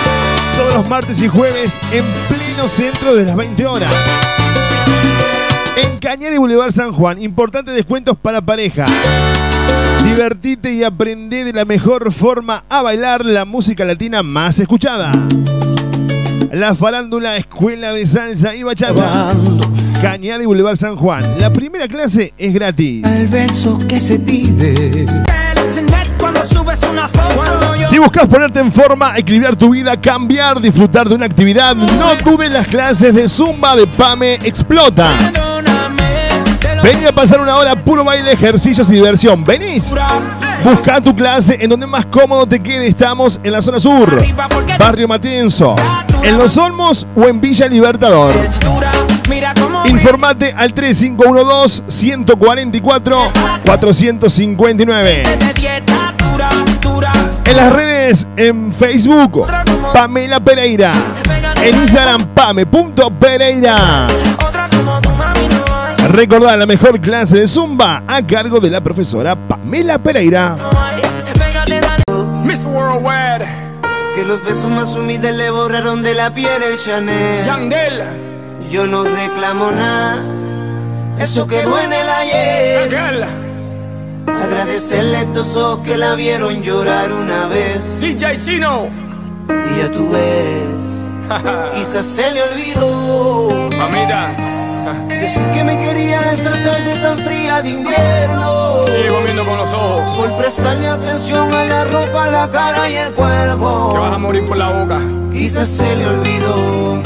Todos los martes y jueves en pleno centro de las 20 horas. En Cañada y Boulevard San Juan, importantes descuentos para pareja. Divertite y aprende de la mejor forma a bailar la música latina más escuchada. La Farándula Escuela de Salsa y Bachata. Cañada y Boulevard San Juan. La primera clase es gratis. El beso que se pide. Si buscas ponerte en forma, equilibrar tu vida, cambiar, disfrutar de una actividad, no dudes las clases de Zumba de Pame Explota. Vení a pasar una hora puro baile, ejercicios y diversión. ¿Venís? Busca tu clase en donde más cómodo te quede. Estamos en la zona sur, Barrio Matienzo, en Los Olmos o en Villa Libertador. Informate al 3512-144-459. En las redes, en Facebook, Pamela Pereira. En Instagram, pame.pereira. Recordá la mejor clase de Zumba a cargo de la profesora Pamela Pereira. Miss Worldwide. Que los besos más humildes le borraron de la piel el Chanel. Yandel. Yo no reclamo nada, eso quedó en el ayer. Agradecerle a estos ojos que la vieron llorar una vez. DJ Chino. Y ya tú ves, quizás se le olvidó. Mamita. Decir que me quería esa tarde tan fría de invierno. Sigo viendo con los ojos. Por prestarle atención a la ropa, la cara y el cuerpo. Que vas a morir por la boca. Quizás se le olvidó.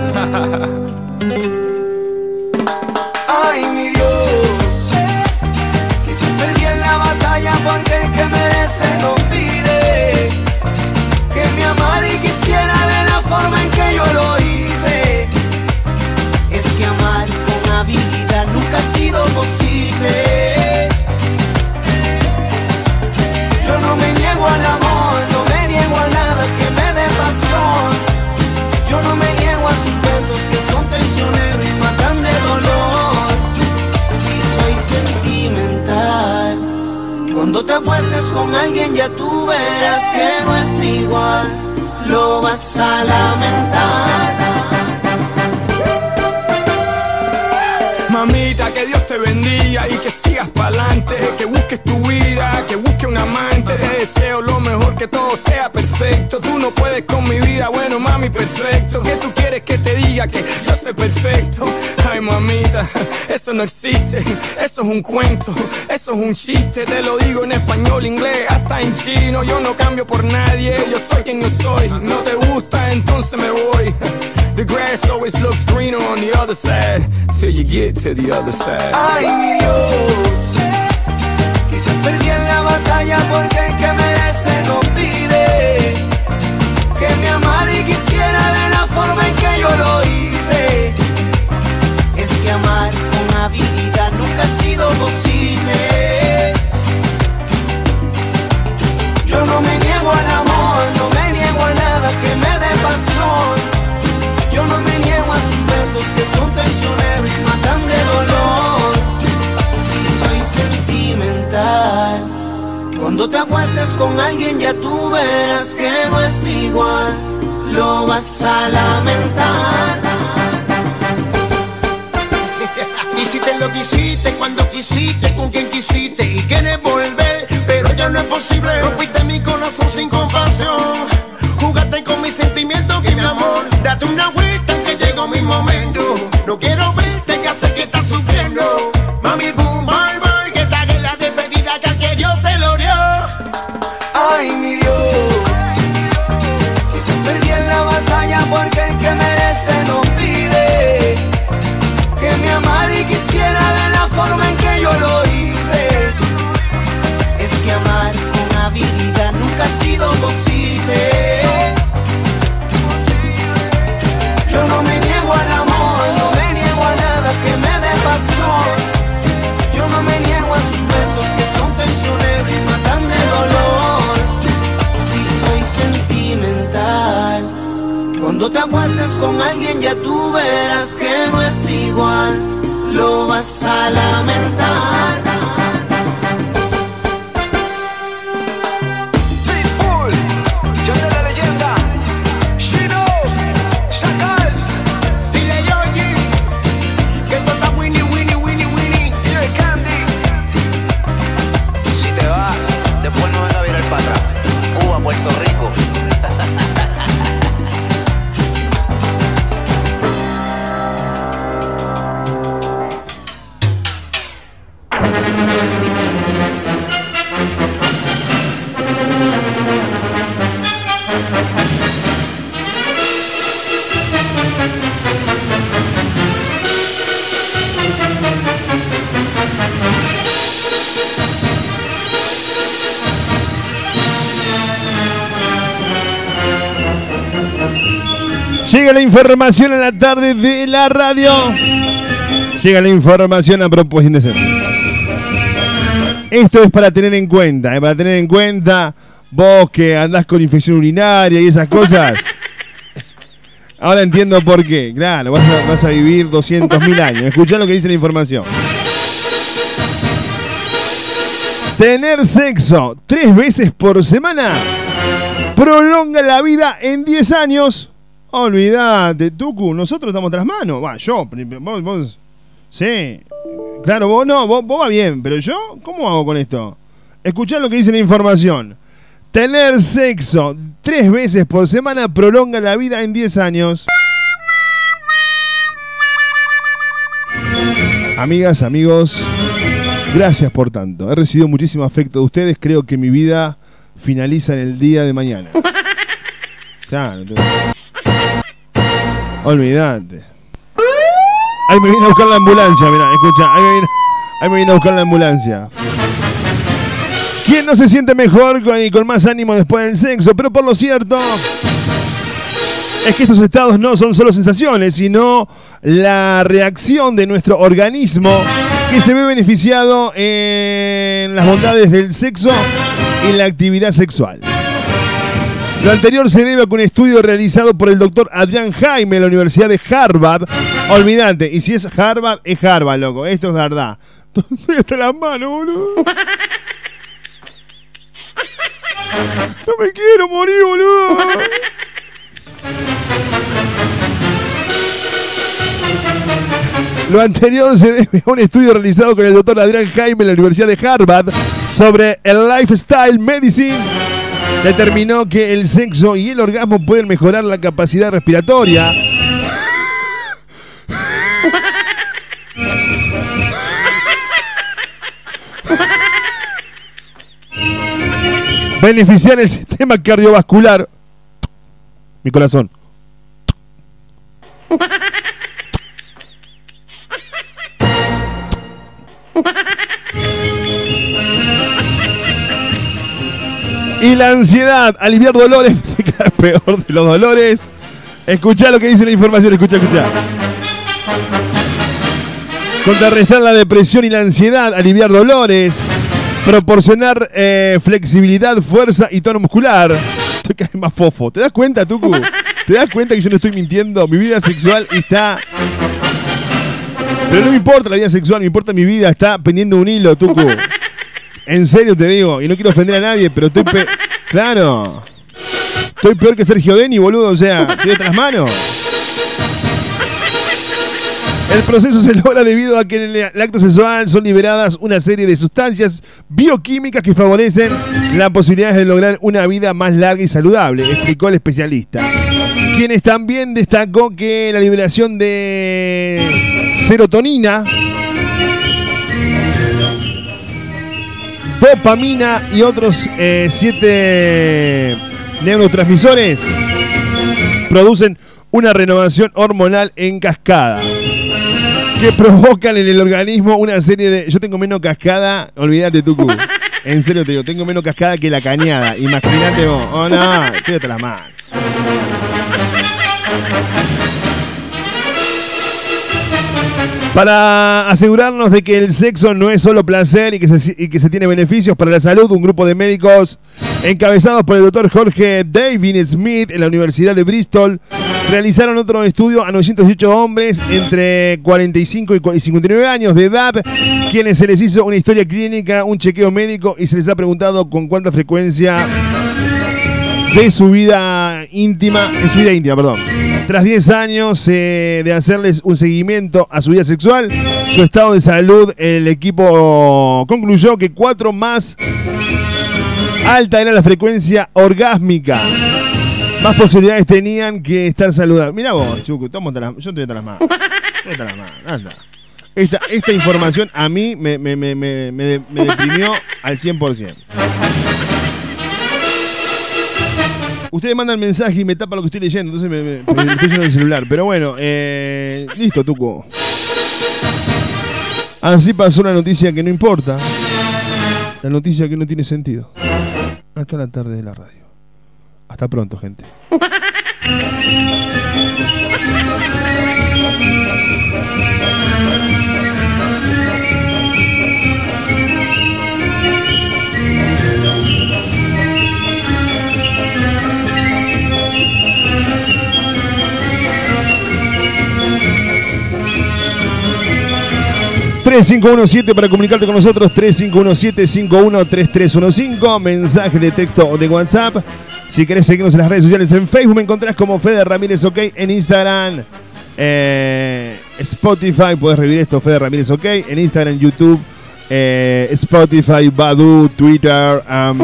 Ay, mi Dios, quizás perdí en la batalla porque el que merece no pide que me amara y quisiera de la forma en que yo lo hice. Es que amar con habilidad nunca ha sido posible. Yo no me niego al amor, no me niego a nada que me dé pasión. Yo no me niego a sus besos que son traicioneros y matan de dolor. Si soy sentimental, cuando te acuestes con alguien ya tú verás que no es igual, lo vas a lamentar. Mamita, que Dios te bendiga y que sigas pa'lante, que busques tu vida, que busques un amante. Te deseo lo mejor, que todo sea perfecto. Tú no puedes con mi vida, bueno mami, perfecto. ¿Qué tú quieres que te diga? Que yo soy perfecto. Ay mamita, eso no existe, eso es un cuento, eso es un chiste. Te lo digo en español, inglés, hasta en chino. Yo no cambio por nadie, yo soy quien yo soy. No te gusta, entonces me voy. The grass always looks greener on the other side, till you get to the other side. Ay, mi Dios, quizás perdí en la batalla porque el que merece no pide que me amara y quisiera de la forma en que yo lo hice. Es que amar con habilidad nunca ha sido posible. Yo no me niego al amor, no me niego a nada que me dé pasión. Yo no me niego a sus besos que son traicioneros y matan de dolor. Si soy sentimental, cuando te acuestes con alguien ya tú verás que no es igual, lo vas a lamentar. Y si te lo quisiste, cuando quisiste, con quien quisiste y quieres volver, pero ya no es posible. Rompiste mi corazón sin compasión, jugaste con mis sentimientos, que mi amor, date una vuelta que llegó mi momento. No quiero verte, ya sé que estás sufriendo. Mami, boom, bye, bye, que esta es la despedida que al que Dios se lo dio. Ay, mi Dios, quizás perdí en la batalla porque el que merece no pide que me amara y quisiera de la forma en que yo lo hice. Es que amar con habilidad nunca ha sido posible. Yo no me niego al amor, no me niego a nada que me dé pasión. Yo no me niego a sus besos que son traicioneros y matan de dolor. Si soy sentimental, cuando te acuestes con alguien ya tú verás que no es igual, lo vas a lamentar. Dile Yogi que esto está winnie, winnie, winnie, Llega la información en la tarde de la radio. Llega la información a propósito de ser. Esto es para tener en cuenta, para tener en cuenta vos que andás con infección urinaria y esas cosas. Ahora entiendo por qué. Claro, vas a vivir 200.000 años. Escuchá lo que dice la información. Tener sexo 3 veces por semana prolonga la vida en 10 años. Olvídate, Tucu, nosotros estamos tras manos. Va, yo, vos, sí. Claro, vos no, vos va bien, pero yo, ¿cómo hago con esto? Escuchá lo que dice la información. Tener sexo 3 veces por semana prolonga la vida en 10 años. Amigas, amigos, gracias por tanto. He recibido muchísimo afecto de ustedes. Creo que mi vida finaliza en el día de mañana. Claro. Olvídate. Ahí me viene a buscar la ambulancia, mirá, escucha. Ahí me viene a buscar la ambulancia. ¿Quién no se siente mejor y con más ánimo después del sexo? Pero por lo cierto es que estos estados no son solo sensaciones, sino la reacción de nuestro organismo que se ve beneficiado en las bondades del sexo y la actividad sexual. Lo anterior se debe a que un estudio realizado por el doctor Adrián Jaime de la Universidad de Harvard. Olvídate, y si es Harvard, es Harvard, loco. Esto es verdad. Estoy hasta las manos, boludo. No me quiero morir, boludo. Lo anterior se debe a un estudio realizado con el doctor Adrián Jaime de la Universidad de Harvard sobre el lifestyle medicine. Determinó que el sexo y el orgasmo pueden mejorar la capacidad respiratoria, beneficiar el sistema cardiovascular, mi corazón, y la ansiedad, aliviar dolores, se queda peor de los dolores. Escuchá lo que dice la información, escuchá. Contrarrestar la depresión y la ansiedad, aliviar dolores, proporcionar flexibilidad, fuerza y tono muscular. Estoy cada vez más fofo. ¿Te das cuenta, Tucu? ¿Te das cuenta que yo no estoy mintiendo? Mi vida sexual está... Pero no me importa la vida sexual, me importa mi vida. Está pendiendo un hilo, Tucu. En serio te digo, y no quiero ofender a nadie, pero estoy... Claro. Estoy peor que Sergio Deni, boludo. O sea, estoy hasta las manos. El proceso se logra debido a que en el acto sexual son liberadas una serie de sustancias bioquímicas que favorecen la posibilidad de lograr una vida más larga y saludable, explicó el especialista. Quienes también destacó que la liberación de serotonina, dopamina y otros 7 neurotransmisores produce una renovación hormonal en cascada que provocan en el organismo una serie de... Yo tengo menos cascada, olvídate, Tucu. En serio te digo, tengo menos cascada que la cañada. Imagínate vos. Oh, no, tírate las manos. Para asegurarnos de que el sexo no es solo placer y que se tiene beneficios para la salud, un grupo de médicos encabezados por el doctor Jorge David Smith en la Universidad de Bristol realizaron otro estudio a 918 hombres entre 45 y 59 años de edad, quienes se les hizo una historia clínica, un chequeo médico y se les ha preguntado con cuánta frecuencia de su vida íntima, Tras 10 años de hacerles un seguimiento a su vida sexual, su estado de salud, el equipo concluyó que 4 más alta era la frecuencia orgásmica. Más posibilidades tenían que estar saludables. Mirá vos, Chucu, yo estoy hasta las manos. Anda. Esta información a mí me deprimió al 100%. Ustedes mandan mensaje y me tapan lo que estoy leyendo, entonces me estoy yendo el celular. Pero bueno, listo, Tucu. Así pasó una noticia que no importa. La noticia que no tiene sentido. Hasta la tarde de la radio. Hasta pronto, gente. 3517 para comunicarte con nosotros, 3517-513315, mensaje de texto o de WhatsApp. Si querés seguirnos en las redes sociales, en Facebook me encontrás como Fede Ramírez OK, en Instagram, Spotify, podés revivir esto, Fede Ramírez OK, en Instagram, YouTube, Spotify, Badoo, Twitter,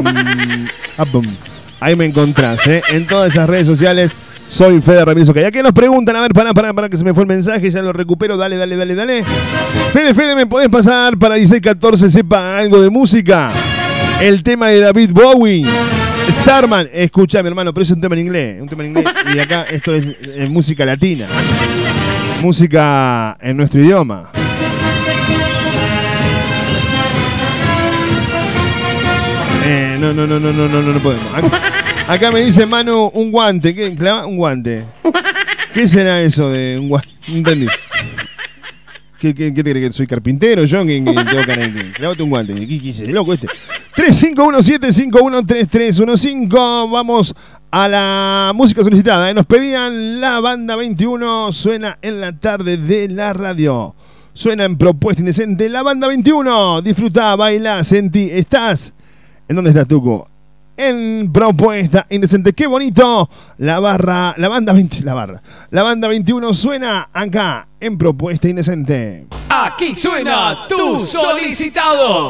ahí me encontrás, en todas esas redes sociales. Soy Fede Ramírez OK. ¿A qué nos preguntan? A ver, para que se me fue el mensaje, ya lo recupero. Dale. Fede, ¿me podés pasar para 1614 sepa algo de música? El tema de David Bowie, Starman. Escucha, mi hermano, pero es un tema en inglés. Y acá esto es música latina. Música en nuestro idioma. No podemos. Acá me dice Manu, un guante. ¿Qué? ¿Clava? Un guante. ¿Qué será eso de un guante? No entendí. ¿Qué te crees? ¿Que soy carpintero yo? ¿Qué tengo que clavate un guante? ¿Qué hice? ¿Loco este? 3517-513315. Vamos a la música solicitada. Nos pedían La Banda 21. Suena en la tarde de la radio. Suena en Propuesta Indecente. La Banda 21. Disfruta, baila, sentí. ¿Estás? ¿En dónde estás, Tuco? En Propuesta Indecente. ¡Qué bonito! La Banda 21 suena acá en Propuesta Indecente. Aquí suena tu solicitado.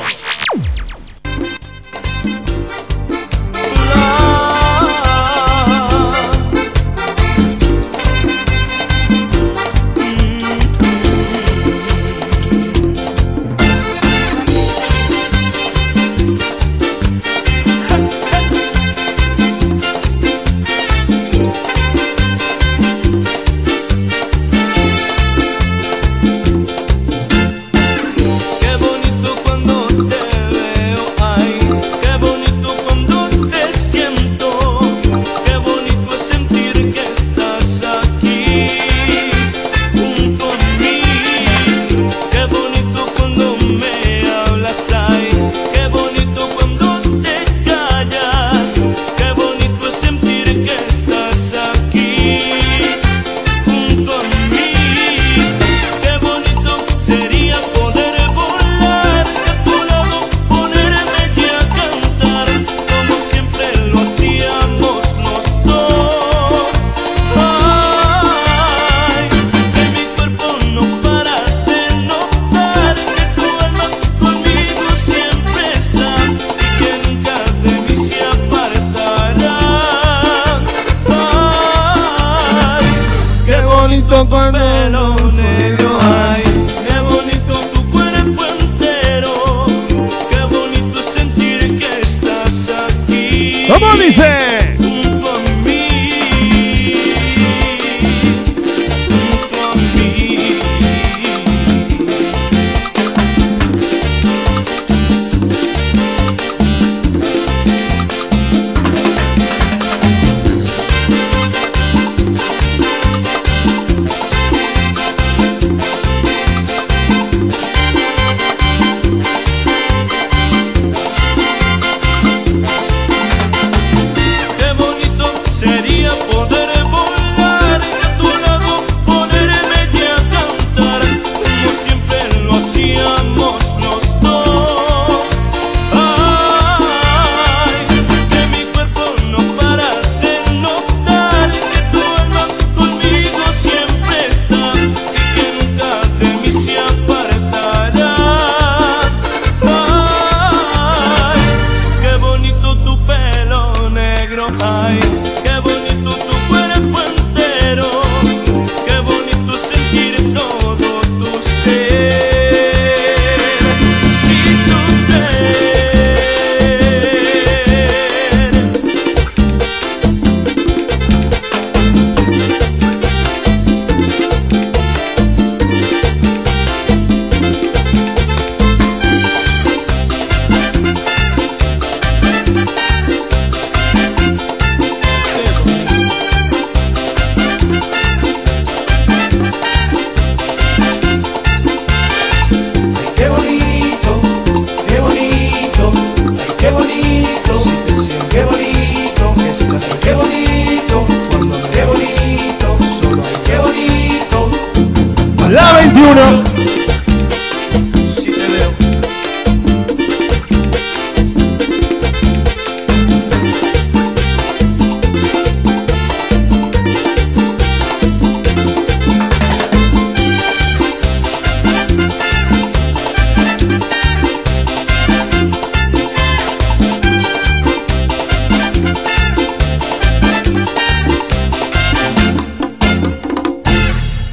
¿Cómo dice?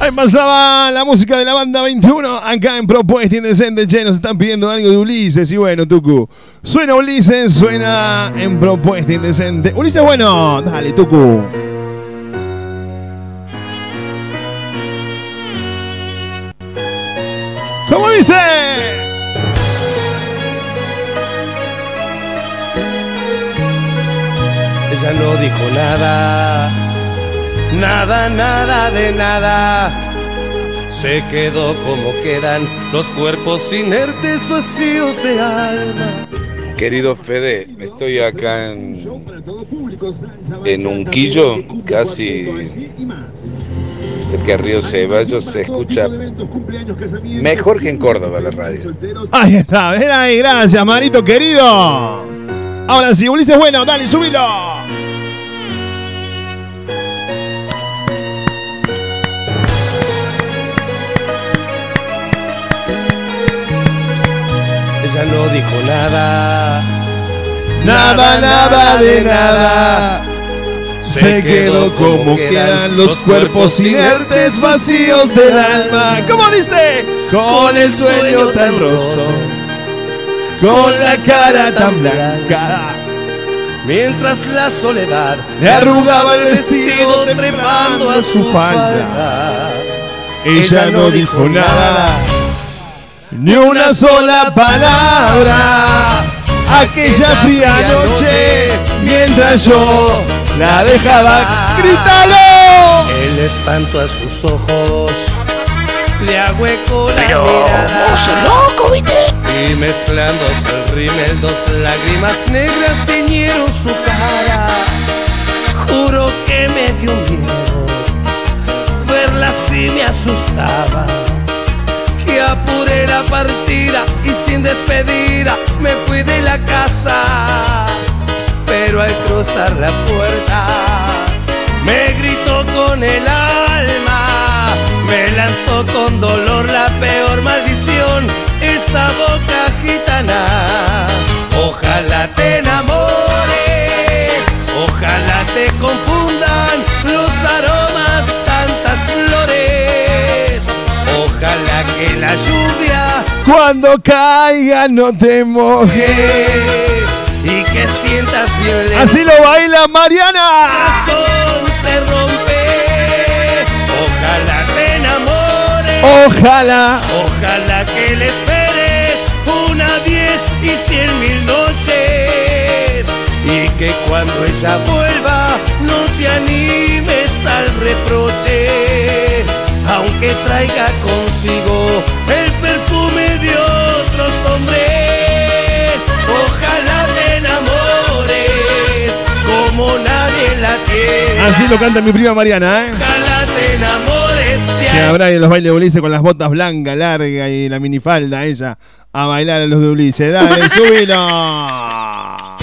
Ahí pasaba la música de la banda 21. Acá en Propuesta Indecente, che, nos están pidiendo algo de Ulises. Y bueno, Tucu, suena Ulises, suena en Propuesta Indecente. Ulises, bueno, dale, Tucu. ¿Cómo dice? Ella no dijo nada, nada, nada de nada. Se quedó como quedan los cuerpos inertes vacíos de alma. Querido Fede, estoy acá en Unquillo, casi cerca de Río Ceballos. Se escucha mejor que en Córdoba la radio. Ahí está, ven ahí, gracias, Marito querido. Ahora sí, Ulises, bueno, dale, subilo. Ella no dijo nada, nada, nada de nada. Se quedó como quedan los cuerpos inertes vacíos del alma. ¿Cómo dice? Con el sueño tan roto, con la cara tan blanca, mientras la soledad le arrugaba el vestido trepando a su falda. Ella no dijo nada, ni una sola palabra. Aquella fría noche, mientras yo la dejaba, ¡grítalo! El espanto a sus ojos le ahuecó la mirada. ¡Loco, viste! Y mezclándose el rímel, dos lágrimas negras teñieron su cara. Juro que me dio miedo, verla así me asustaba. Que apuré la partida y sin despedida me fui de la casa. Pero al cruzar la puerta me gritó con el alma, me lanzó con dolor la peor maldición, esa boca gitana. Ojalá te enamores, ojalá te confundan los aromas, tantas flores. Ojalá que la lluvia cuando caiga no te mojes y que sientas violencia. Así lo baila Mariana. El corazón se rompe. Ojalá te enamores. Ojalá. Ojalá que le esperes 1, 10 y 100,000 noches. Y que cuando ella vuelva no te animes al reproche. Aunque traiga consigo el perfume de otros hombres. Ojalá te enamores como nadie la quiere. Así lo canta mi prima Mariana, ¿eh? Ojalá te enamores de Se habrá en los bailes de Ulises con las botas blancas, largas y la minifalda ella a bailar a los de Ulises. Dale, subilo.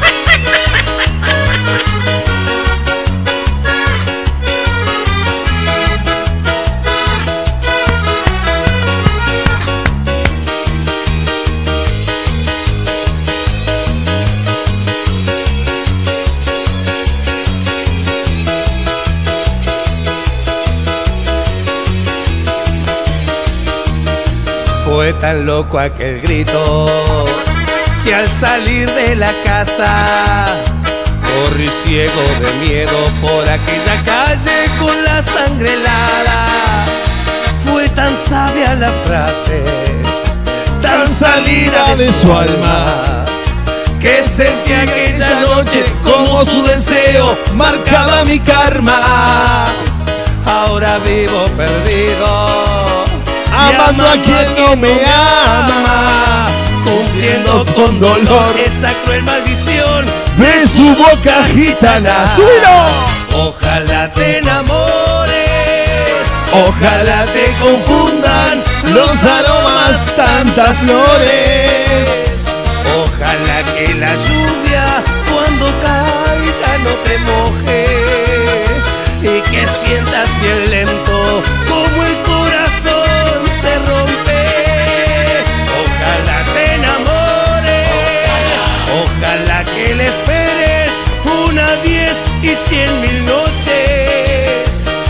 Fue tan loco aquel grito que al salir de la casa corrí ciego de miedo por aquella calle con la sangre helada. Fue tan sabia la frase, tan salida de su alma, que sentí aquella noche como su deseo marcaba mi karma. Ahora vivo perdido, amando a quien no me ama, cumpliendo con dolor esa cruel maldición de su boca gitana. ¡Súbilo! Ojalá te enamores, ojalá te confundan los aromas, tantas flores. Ojalá que la lluvia cuando caiga no te moje y que sientas bien lento como el corazón se rompe. Ojalá te enamores, ojalá que le esperes 1, 10 y 100,000 noches y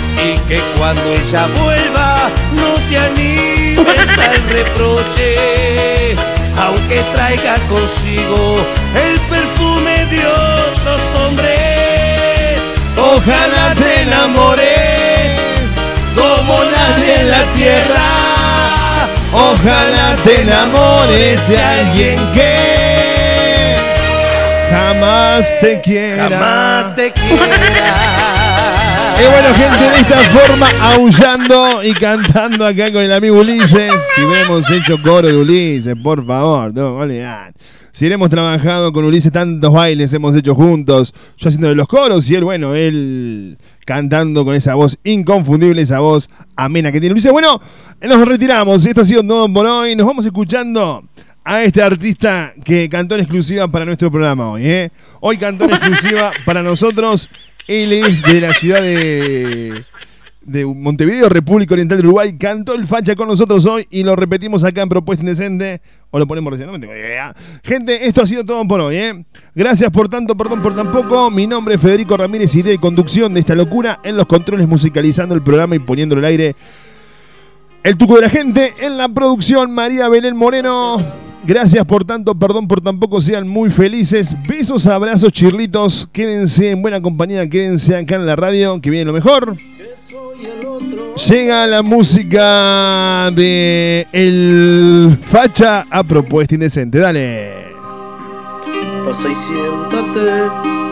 que cuando ella vuelva no te animes al reproche, aunque traiga consigo el perfume de otros hombres. Ojalá te enamores como nadie en la tierra, ojalá te enamores de alguien que jamás te quiera. Jamás te quiera. Y bueno, gente, de esta forma, aullando y cantando acá con el amigo Ulises. Si hubiéramos hecho coro de Ulises, por favor, no olvidar. Si hemos trabajado con Ulises, tantos bailes hemos hecho juntos, yo haciendo de los coros y él, bueno, él cantando con esa voz inconfundible, esa voz amena que tiene Ulises. Bueno, nos retiramos, esto ha sido todo por hoy, nos vamos escuchando a este artista que cantó en exclusiva para nuestro programa hoy, Hoy cantó en exclusiva para nosotros, él es de la ciudad de Montevideo, República Oriental de Uruguay, cantó el Facha con nosotros hoy y lo repetimos acá en Propuesta Indecente, o lo ponemos recién, no tengo idea. Gente, esto ha sido todo por hoy, Gracias por tanto, perdón por tan poco. Mi nombre es Federico Ramírez, idea y conducción de esta locura, en los controles musicalizando el programa y poniéndolo al aire el tuco de la gente, en la producción María Belén Moreno. Gracias por tanto, perdón por tan poco, sean muy felices. Besos, abrazos, chirlitos. Quédense en buena compañía, quédense acá en la radio, que viene lo mejor. Llega la música de El Facha a Propuesta Indecente. Dale. Pasa y siéntate,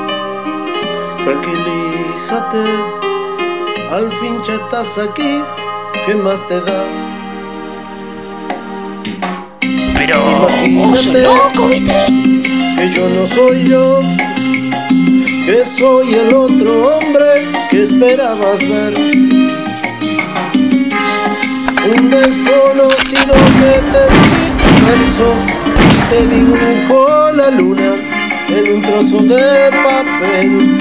tranquilízate. Al fin ya estás aquí, ¿qué más te da? Pero imagínate loco, ¿viste? Que yo no soy yo, que soy el otro hombre que esperabas ver. Un desconocido que te escrito un verso y te dibujó la luna en un trozo de papel.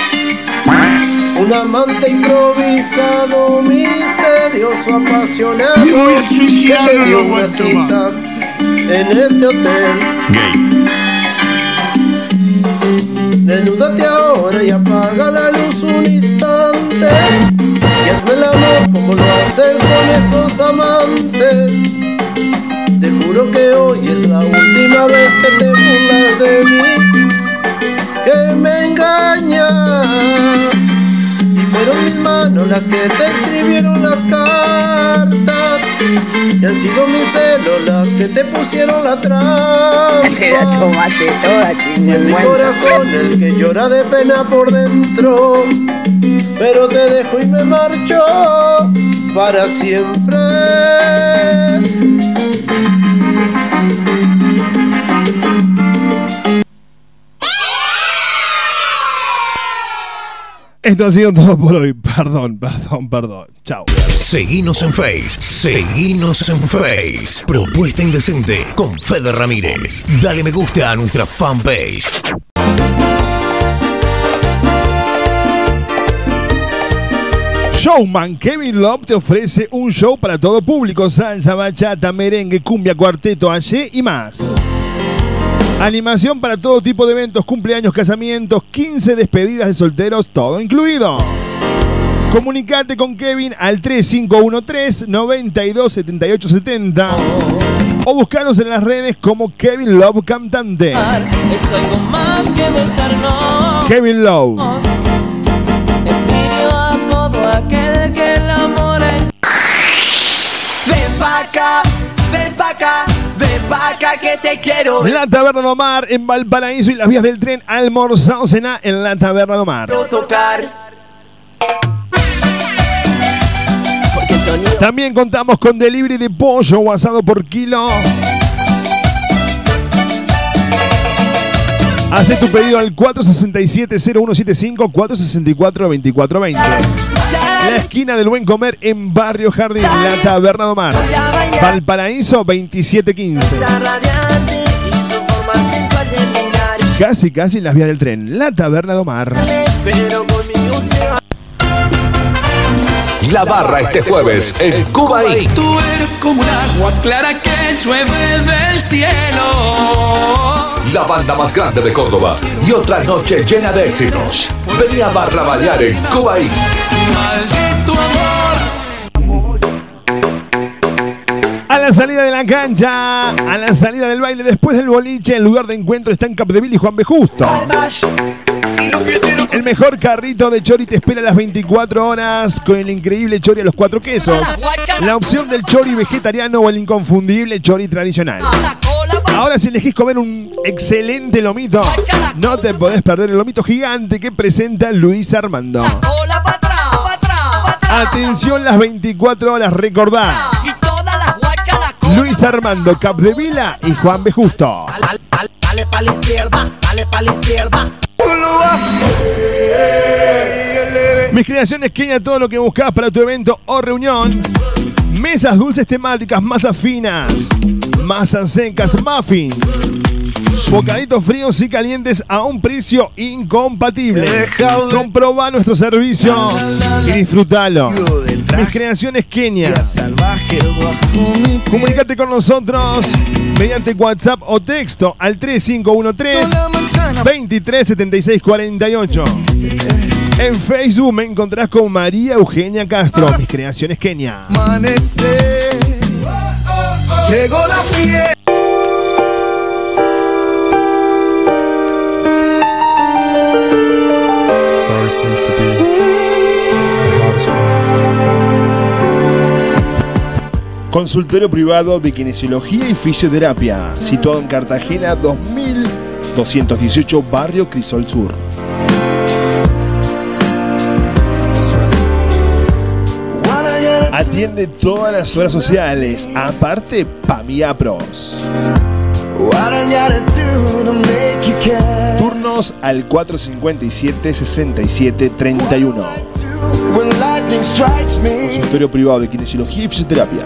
Un amante improvisado, misterioso, apasionado, que te dio una cita en este hotel. Desnúdate ahora y apaga la luz un instante y hazme el amor como lo haces con esos amantes. Te juro que hoy es la última vez que te burlas de mí, que me engañas. Fueron mis manos las que te escribieron las cartas y han sido mis celos las que te pusieron la trampa. Te la tomaste toda, y en mi corazón el que llora de pena por dentro, pero te dejo y me marcho para siempre. Esto ha sido todo por hoy. Perdón. Chao. Seguinos en Face. Propuesta Indecente con Fede Ramírez. Dale me gusta a nuestra fanpage. Showman Kevin Love te ofrece un show para todo público: salsa, bachata, merengue, cumbia, cuarteto, ayer y más. Animación para todo tipo de eventos, cumpleaños, casamientos, 15 despedidas de solteros, todo incluido. Comunicate con Kevin al 3513-927870 o buscanos en las redes como Kevin Love Cantante. Es algo más que besarnos. Kevin Love. Envidio a todo aquel que el amor es. Ven pa' acá, ven pa' acá. Ven pa' acá que te quiero. La Taberna de Omar en Valparaíso y las vías del tren, almorzado, cena en la Taberna de Omar. Tocar. También contamos con delivery de pollo o asado por kilo. Haz tu pedido al 467-0175, 464-2420. La esquina del Buen Comer en Barrio Jardín, la Taberna de Omar. Valparaíso 2715. Casi en las vías del tren, la Taberna de Omar. La Barra este jueves en Cuba Inc. Tú eres como un agua clara que llueve del cielo. La banda más grande de Córdoba y otra noche llena de éxitos. Vení a barraballar en Cuba Inc. Maldito amor. la salida de la cancha, a la salida del baile, después del boliche, el lugar de encuentro está en Capdeville y Juan B. Justo. El mejor carrito de chori te espera a las 24 horas con el increíble chori a los 4 quesos. La opción del chori vegetariano o el inconfundible chori tradicional. Ahora si elegís comer un excelente lomito, no te podés perder el lomito gigante que presenta Luis Armando. Atención las 24 horas, recordá. Luis Armando, Capdevila y Juan B. Justo. Dale pa' la izquierda, dale pa' la izquierda. Mis creaciones Kenia, todo lo que buscas para tu evento o reunión. Mesas dulces temáticas, masas finas, masas secas, muffins, bocaditos fríos y calientes a un precio incompatible. Comprobá nuestro servicio y disfrutalo. Mis creaciones Kenia. Comunicate con nosotros mediante WhatsApp o texto al 3513-237648. En Facebook me encontrás con María Eugenia Castro. Mis creaciones Kenia. Llegó la fiesta. Sorry seems to be the hardest one. Consultorio privado de kinesiología y fisioterapia, situado en Cartagena 2218, barrio Crisol Sur. Atiende todas las horas sociales, aparte Pamiapros. Turnos al 457-6731. Consultorio privado de kinesiología y fisioterapia.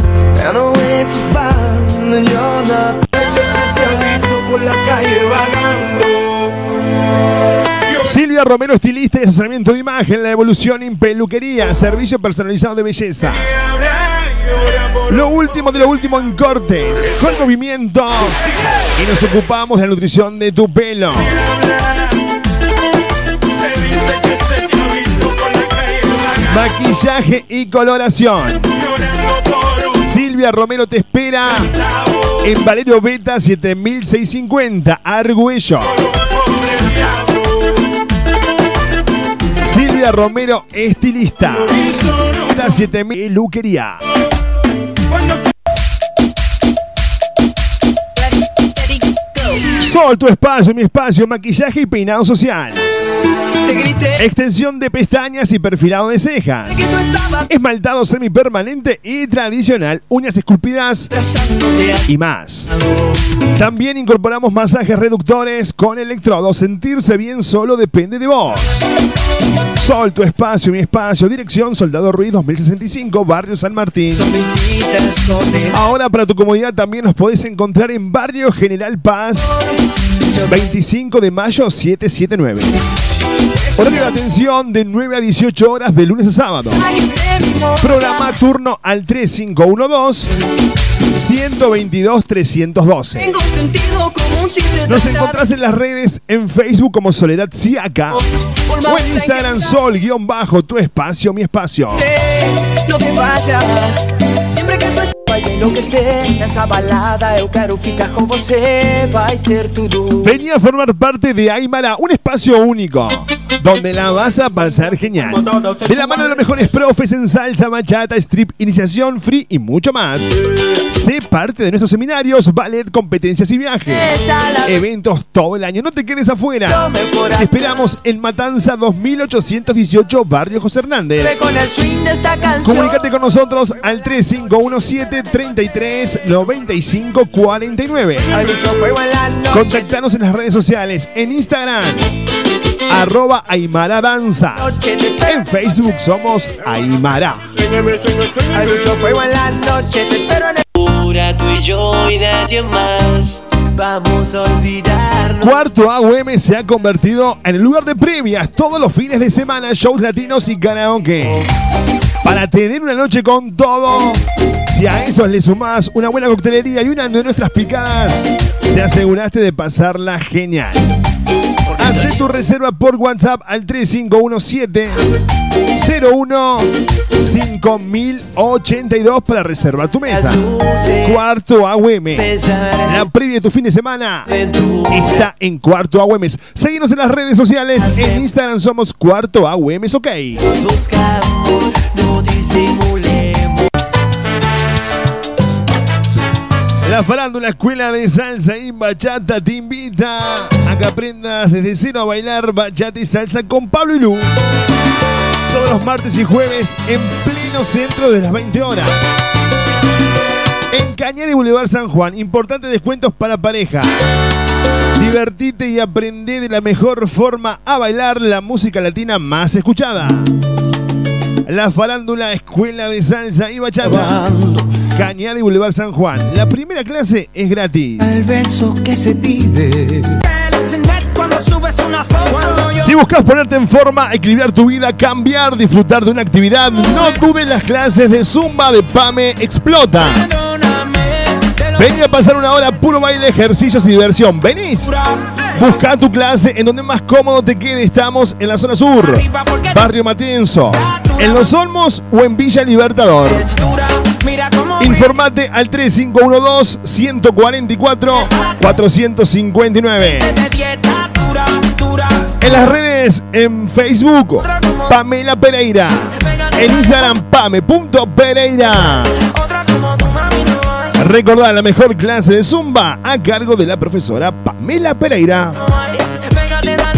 Silvia Romero, estilista y asesoramiento de imagen, la evolución en peluquería, servicio personalizado de belleza. Lo último de lo último en cortes, con movimiento, y nos ocupamos de la nutrición de tu pelo. Maquillaje y coloración. Silvia Romero te espera en Valerio Beta 7650, Argüello. Silvia Romero, estilista. La 7000 peluquería. Sol, tu espacio, mi espacio, maquillaje y peinado social. Extensión de pestañas y perfilado de cejas. Esmaltado semipermanente y tradicional, uñas esculpidas y más. También incorporamos masajes reductores con electrodos. Sentirse bien solo depende de vos. Sol, tu espacio, mi espacio. Dirección Soldado Ruiz 2065, Barrio San Martín. Ahora para tu comodidad también nos podés encontrar en Barrio General Paz 25 de mayo 779. Horario de atención de 9 a 18 horas de lunes a sábado. Programa turno al 3512-122-312. Nos encontrás en las redes, en Facebook como Soledad Siaca o en Instagram Sol_ tu espacio, mi espacio. No te vayas, sempre que tu vai enlouquecer. Nessa balada eu quero ficar com você, vai ser tudo. Venía a formar parte de Aymara, un espacio único donde la vas a pasar genial. De la mano de los mejores profes en salsa, bachata, strip, iniciación, free y mucho más. Sé parte de nuestros seminarios, ballet, competencias y viajes. Eventos todo el año, no te quedes afuera. Te esperamos en Matanza 2818, Barrio José Hernández. Comunícate con nosotros al 3517-339549. Contactanos en las redes sociales, en Instagram @Aymara Danzas. En Facebook somos Aymara. Hay mucho fuego en la noche, te espero en el... Pura tú y yo y nadie más. Vamos a olvidarnos. Cuarto AUM se ha convertido en el lugar de previas todos los fines de semana, shows latinos y karaoke. Para tener una noche con todo, si a eso le sumás una buena coctelería y una de nuestras picadas, te aseguraste de pasarla genial. Hacé tu reserva por WhatsApp al 3517 01-5082 para reservar tu mesa. Cuarto A Güemes. La previa de tu fin de semana está en Cuarto A Güemes. Seguinos en las redes sociales. En Instagram somos Cuarto A Güemes, ok. La Farándula Escuela de Salsa y Bachata te invita a que aprendas desde cero a bailar bachata y salsa con Pablo y Lu. Todos los martes y jueves en pleno centro de las 20 horas. En Cañada y Boulevard San Juan, importantes descuentos para pareja. Divertite y aprende de la mejor forma a bailar la música latina más escuchada. La Farándula Escuela de Salsa y Bachata. Cañada y Boulevard San Juan. La primera clase es gratis. El beso que se pide. Si buscas ponerte en forma, equilibrar tu vida, cambiar, disfrutar de una actividad, no dudes las clases de Zumba de Pame Explota. Vení a pasar una hora puro baile, ejercicios y diversión. ¿Venís? Busca tu clase en donde más cómodo te quede. Estamos en la zona sur, Barrio Matienzo, en Los Olmos o en Villa Libertador. Informate al 3512-144-459. En las redes, en Facebook, Pamela Pereira. En Instagram, pame.pereira. Recordá la mejor clase de Zumba a cargo de la profesora Pamela Pereira.